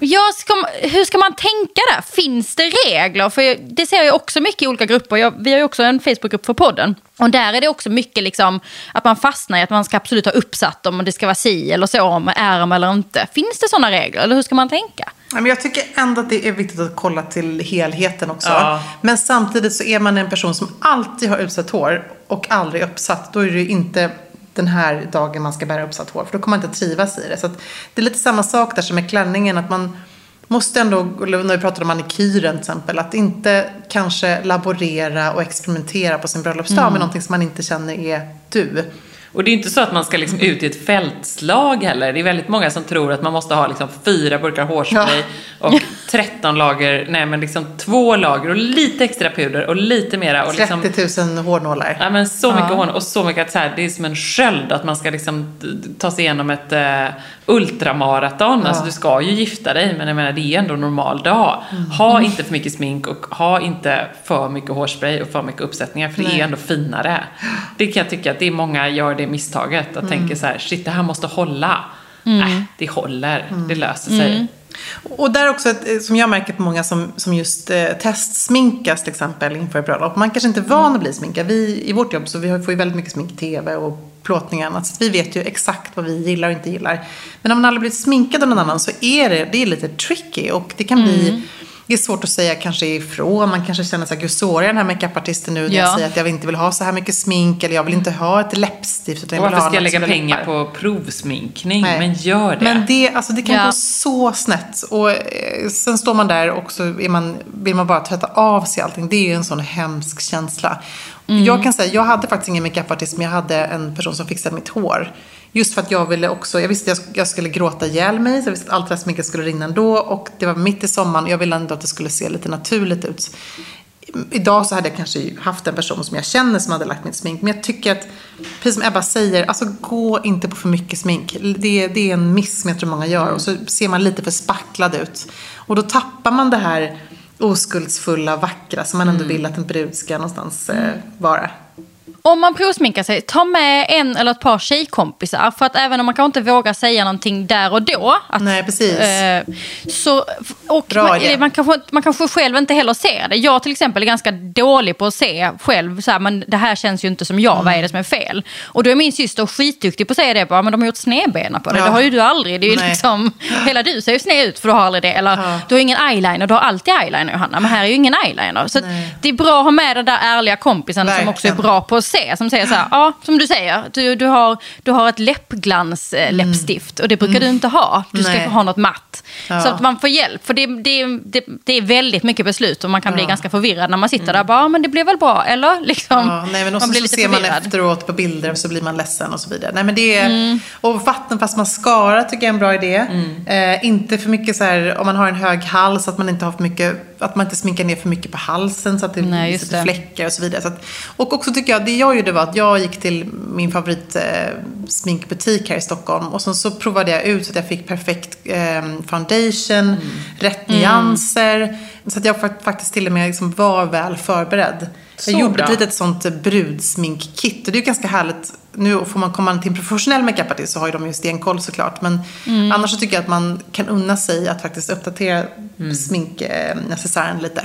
Ja, ska, hur ska man tänka där? Finns det regler? För det ser jag också mycket i olika grupper. Jag, vi har ju också en Facebookgrupp för podden. Och där är det också mycket liksom att man fastnar i att man ska absolut ha uppsatt om det ska vara si eller så, om ärm eller inte. Finns det sådana regler? Eller hur ska man tänka? Men jag tycker ändå att det är viktigt att kolla till helheten också. Ja. Men samtidigt så är man en person som alltid har utsatt hår och aldrig uppsatt. Då är det inte den här dagen man ska bära uppsatt hår. För då kommer man inte trivas i det. Så att det är lite samma sak där som med klänningen. Att man måste ändå, när vi pratar om manikyren till exempel, att inte kanske laborera och experimentera på sin bröllopsdag mm. med någonting som man inte känner är du. Och det är inte så att man ska liksom ut i ett fältslag heller. Det är väldigt många som tror att man måste ha liksom fyra burkar hårspray ja. och tretton lager, nej men liksom två lager och lite extra puder och lite mera. Och liksom, trettio tusen hårnålar. Ja men så mycket ja. hårnålar och så mycket att så här, det är som en sköld att man ska liksom ta sig igenom ett uh, ultramaraton. Ja. Alltså du ska ju gifta dig, men jag menar det är ändå en normal dag. Mm. Ha inte för mycket smink och ha inte för mycket hårspray och för mycket uppsättningar, för nej. det är ändå finare. Det kan jag tycka att det är många gör det misstaget att mm. tänka så här, shit det här måste hålla. Mm. Nej, det håller. Mm. Det löser sig. Mm. Och där också, ett, som jag märker på många som, som just eh, testsminkas till exempel inför bröllop. Man kanske inte är van att bli sminkad. Vi i vårt jobb så vi får ju väldigt mycket smink i tv och plåtningar annat. Så vi vet ju exakt vad vi gillar och inte gillar. Men om man aldrig blivit sminkad av någon annan så är det, det är lite tricky. Och det kan mm. bli... Det är svårt att säga kanske ifrån. Man kanske känner sig, gud sårar den här makeupartisten nu när ja. jag säger att jag inte vill ha så här mycket smink. Eller jag vill inte ha ett läppstift. Utan jag vill varför ha ska jag lägga pengar läppar. på provsminkning? Nej. Men gör det. Men det, alltså, det kan ja. gå så snett. Och eh, sen står man där och så är man, vill man bara tvätta av sig allting. Det är ju en sån hemsk känsla. Mm. Jag kan säga, jag hade faktiskt ingen makeupartist, men jag hade en person som fixade mitt hår. Just för att jag ville också, jag visste att jag skulle gråta ihjäl mig, så jag visste att allt det här sminket skulle rinna ändå, och det var mitt i sommaren och jag ville ändå att det skulle se lite naturligt ut. Idag så hade jag kanske haft en person som jag känner som hade lagt mitt smink, men jag tycker att, precis som Ebba säger, alltså gå inte på för mycket smink. Det, det är en miss som jag tror många gör, och så ser man lite för spacklad ut. Och då tappar man det här oskuldsfulla, vackra som man ändå vill att en brud ska någonstans eh, vara. Om man provsminkar sig, ta med en eller ett par tjejkompisar. För att även om man kanske inte vågar säga någonting där och då. Att, nej, precis. Eh, så, och man, man, kanske, man kanske själv inte heller ser det. Jag till exempel är ganska dålig på att se själv. Så här, men det här känns ju inte som jag, mm. vad är det som är fel? Och då är min syster skitduktig på att säga det. Bara, men de har gjort snedbena på det. Ja. Det har ju du aldrig. Det är ju liksom, hela du ser ju sned ut för du har aldrig det. Eller ja. du har ingen eyeliner, du har alltid eyeliner, Johanna. Men här är ju ingen eyeliner. Så det är bra att ha med den där ärliga kompisen verkligen. Som också är bra på att se, som säger så här, ja, som du säger, du, du, har, du har ett läppglans eh, läppstift och det brukar mm. du inte ha. Du ska ha något matt. Ja. Så att man får hjälp, för det, det, det, det är väldigt mycket beslut och man kan ja. bli ganska förvirrad när man sitter mm. där, bara, men det blir väl bra, eller? Liksom, ja, nej, men också man blir så lite ser förvirrad. Man efteråt på bilder och så blir man ledsen och så vidare. Nej, men det är, mm. och vatten fast mascara tycker jag är en bra idé. Mm. Eh, inte för mycket så här, om man har en hög hals, att man inte har för mycket, att man inte sminkar ner för mycket på halsen så att det nej, blir fläckar och så vidare. Så att, och också tycker jag, det jag gjorde var att jag gick till min favorit eh, sminkbutik här i Stockholm och sen så provade jag ut så att jag fick perfekt eh, foundation, mm. rätt nyanser, mm. så att jag faktiskt till och med liksom var väl förberedd. Så jag gjorde bra. Ett litet sånt brudsminkkit och det är ganska härligt. Nu får man komma till en professionell makeupartist så har ju de ju stenkoll såklart, men mm. annars så tycker jag att man kan unna sig att faktiskt uppdatera mm. sminknecessären lite.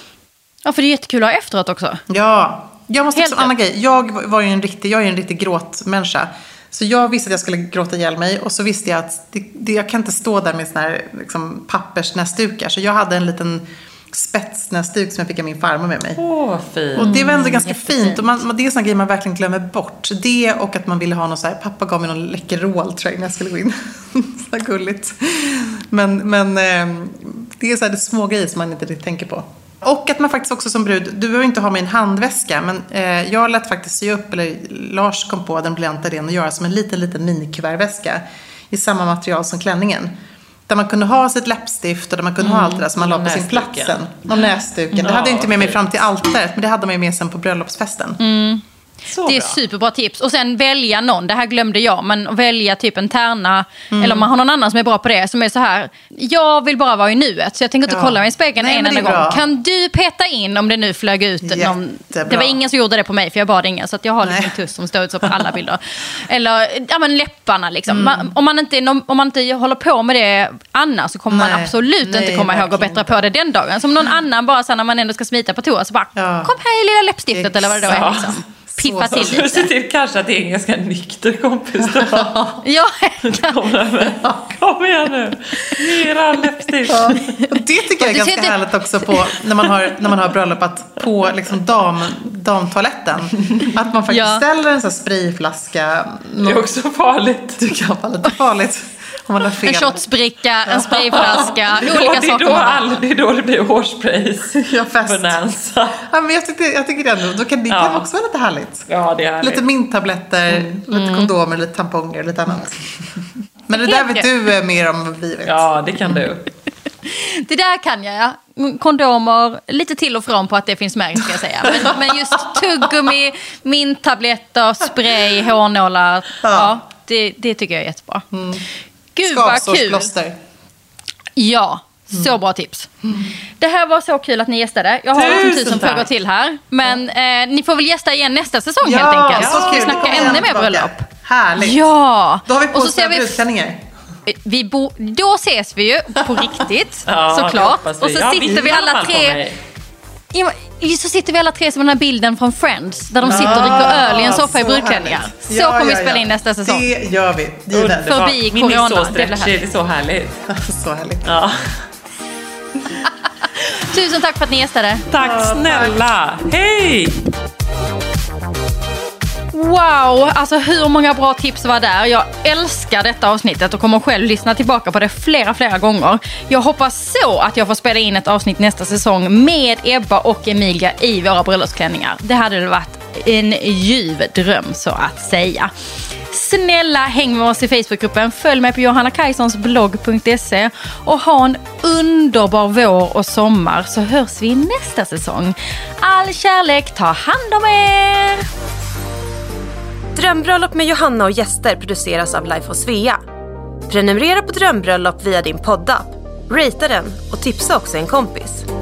Ja, för det är jättekul att ha efteråt också. Ja, jag måste också, Anna grej. Jag var ju en riktig, jag är en riktig gråtmänniska. Så jag visste att jag skulle gråta ihjäl mig. Och så visste jag att det, det, jag kan inte stå där med såna här liksom, pappersnäsdukar. Så jag hade en liten spetsnäsduk som jag fick av min farmor med mig. Åh, fint. Och det var ändå ganska Jättefint. fint. Och man, det är såna grejer man verkligen glömmer bort. Det och att man ville ha något så här. Pappa gav mig någon Läkerol tror jag när jag skulle gå in. Så gulligt. Men, men det är så här, det små grejer som man inte riktigt tänker på. Och att man faktiskt också som brud, du behöver inte ha med en handväska, men eh, jag lät faktiskt sy upp, eller Lars kom på den briljanta idén att göra som en liten, liten minikuvertväska i samma material som klänningen. Där man kunde ha sitt läppstift och där man kunde mm. ha allt det där som man la på sin plats sen. Och näsduken. Mm. Det hade jag inte med mig fram till altaret, men det hade man ju med sen på bröllopsfesten. Mm. Så det är bra. superbra tips. Och sen välja någon, det här glömde jag, men välja typ en tärna, mm. eller om man har någon annan som är bra på det, som är så här, jag vill bara vara i nuet, så jag tänker inte Ja. kolla mig i spegeln Nej, en men det enda är gång. bra. Kan du peta in om det nu flög ut någon, Jättebra. det var ingen som gjorde det på mig, för jag bad ingen, så att jag har liksom Nej. en tuss som står ut så på alla bilder. Eller, ja men läpparna liksom. Mm. Man, om, man inte, om man inte håller på med det annars, så kommer Nej. man absolut Nej, inte komma ihåg att verkligen bättra på det den dagen. Som någon annan bara så när man ändå ska smita på toa, så bara, Ja. kom här i lilla läppstiftet eller vad det då är Exakt. liksom. Piffa Så- till Så lite. till kanske att det är en ganska nykter kompis då. Ja, Kom igen nu. Mera läppstift. Ja. Och det tycker jag är Du ser ganska det- härligt också på när man har, när man har bröllop, att på liksom dam, damtoaletten, att man faktiskt Ja. ställer en sån här sprayflaska. Det är också farligt. Det kan vara lite farligt om man har fel. en shotsbricka, en sprayflaska, Och olika det, är saker. då man har. all, det är då det blir hårsprays. Ja, fest. Bonanza. Ja, men jag tycker, jag tycker det ändå, då kan det Ja. kan också vara lite härligt. Ja, det är Lite det. minttabletter, lite kondomer, lite tamponger och lite annat. Men det där vet du eh, mer om vad vi vet. Ja, det kan du. Det där kan jag, ja. Kondomer, lite till och från på att det finns med, ska jag säga. Men, men just tuggummi, minttabletter, spray, hårnålar, ja. Ja. det, det tycker jag är jättebra. Mm. Gud vad kul! Skavsårsplåster. Ja, så bra tips. Det här var så kul att ni gästade. Jag har Tusen tusen, tusen tack. frågor till här. Men eh, ni får väl gästa igen nästa säsong Ja, helt enkelt. så Så ska vi kul. snacka Kom igen ännu mer tillbaka. bröllop. Härligt. Ja! Då har vi på Och så oss ser våra vi brudklänningar. Vi bo, då ses vi ju på riktigt, Ja, det såklart. hoppas vi. Och så Ja, sitter vi vi i alla alla fall på tre... mig. Ja, men så sitter vi alla tre som den här bilden från Friends, där de sitter och dricker öl i en soffa i så brudklänningar. härligt. Så Ja, kommer vi ja, spela ja. in nästa säsong. Det gör vi. Givet. Underbart. Förbi Min är corona, så det blir stretchig, härligt. det är så härligt. Så härligt. Ja. Tusen tack för att ni gästade. Tack snälla. Hej! Wow, alltså hur många bra tips var där. Jag älskar detta avsnittet och kommer själv lyssna tillbaka på det flera, flera gånger. Jag hoppas så att jag får spela in ett avsnitt nästa säsong med Ebba och Emilia i våra bröllopsklänningar. Det hade väl varit en ljuv dröm, så att säga. Snälla häng med oss i Facebookgruppen, följ mig på johanna kajsons blogg punkt se och ha en underbar vår och sommar, så hörs vi nästa säsong. All kärlek, ta hand om er! Drömbröllop med Johanna och gäster produceras av Life of Svea. Prenumerera på Drömbröllop via din poddapp. Rata den och tipsa också en kompis.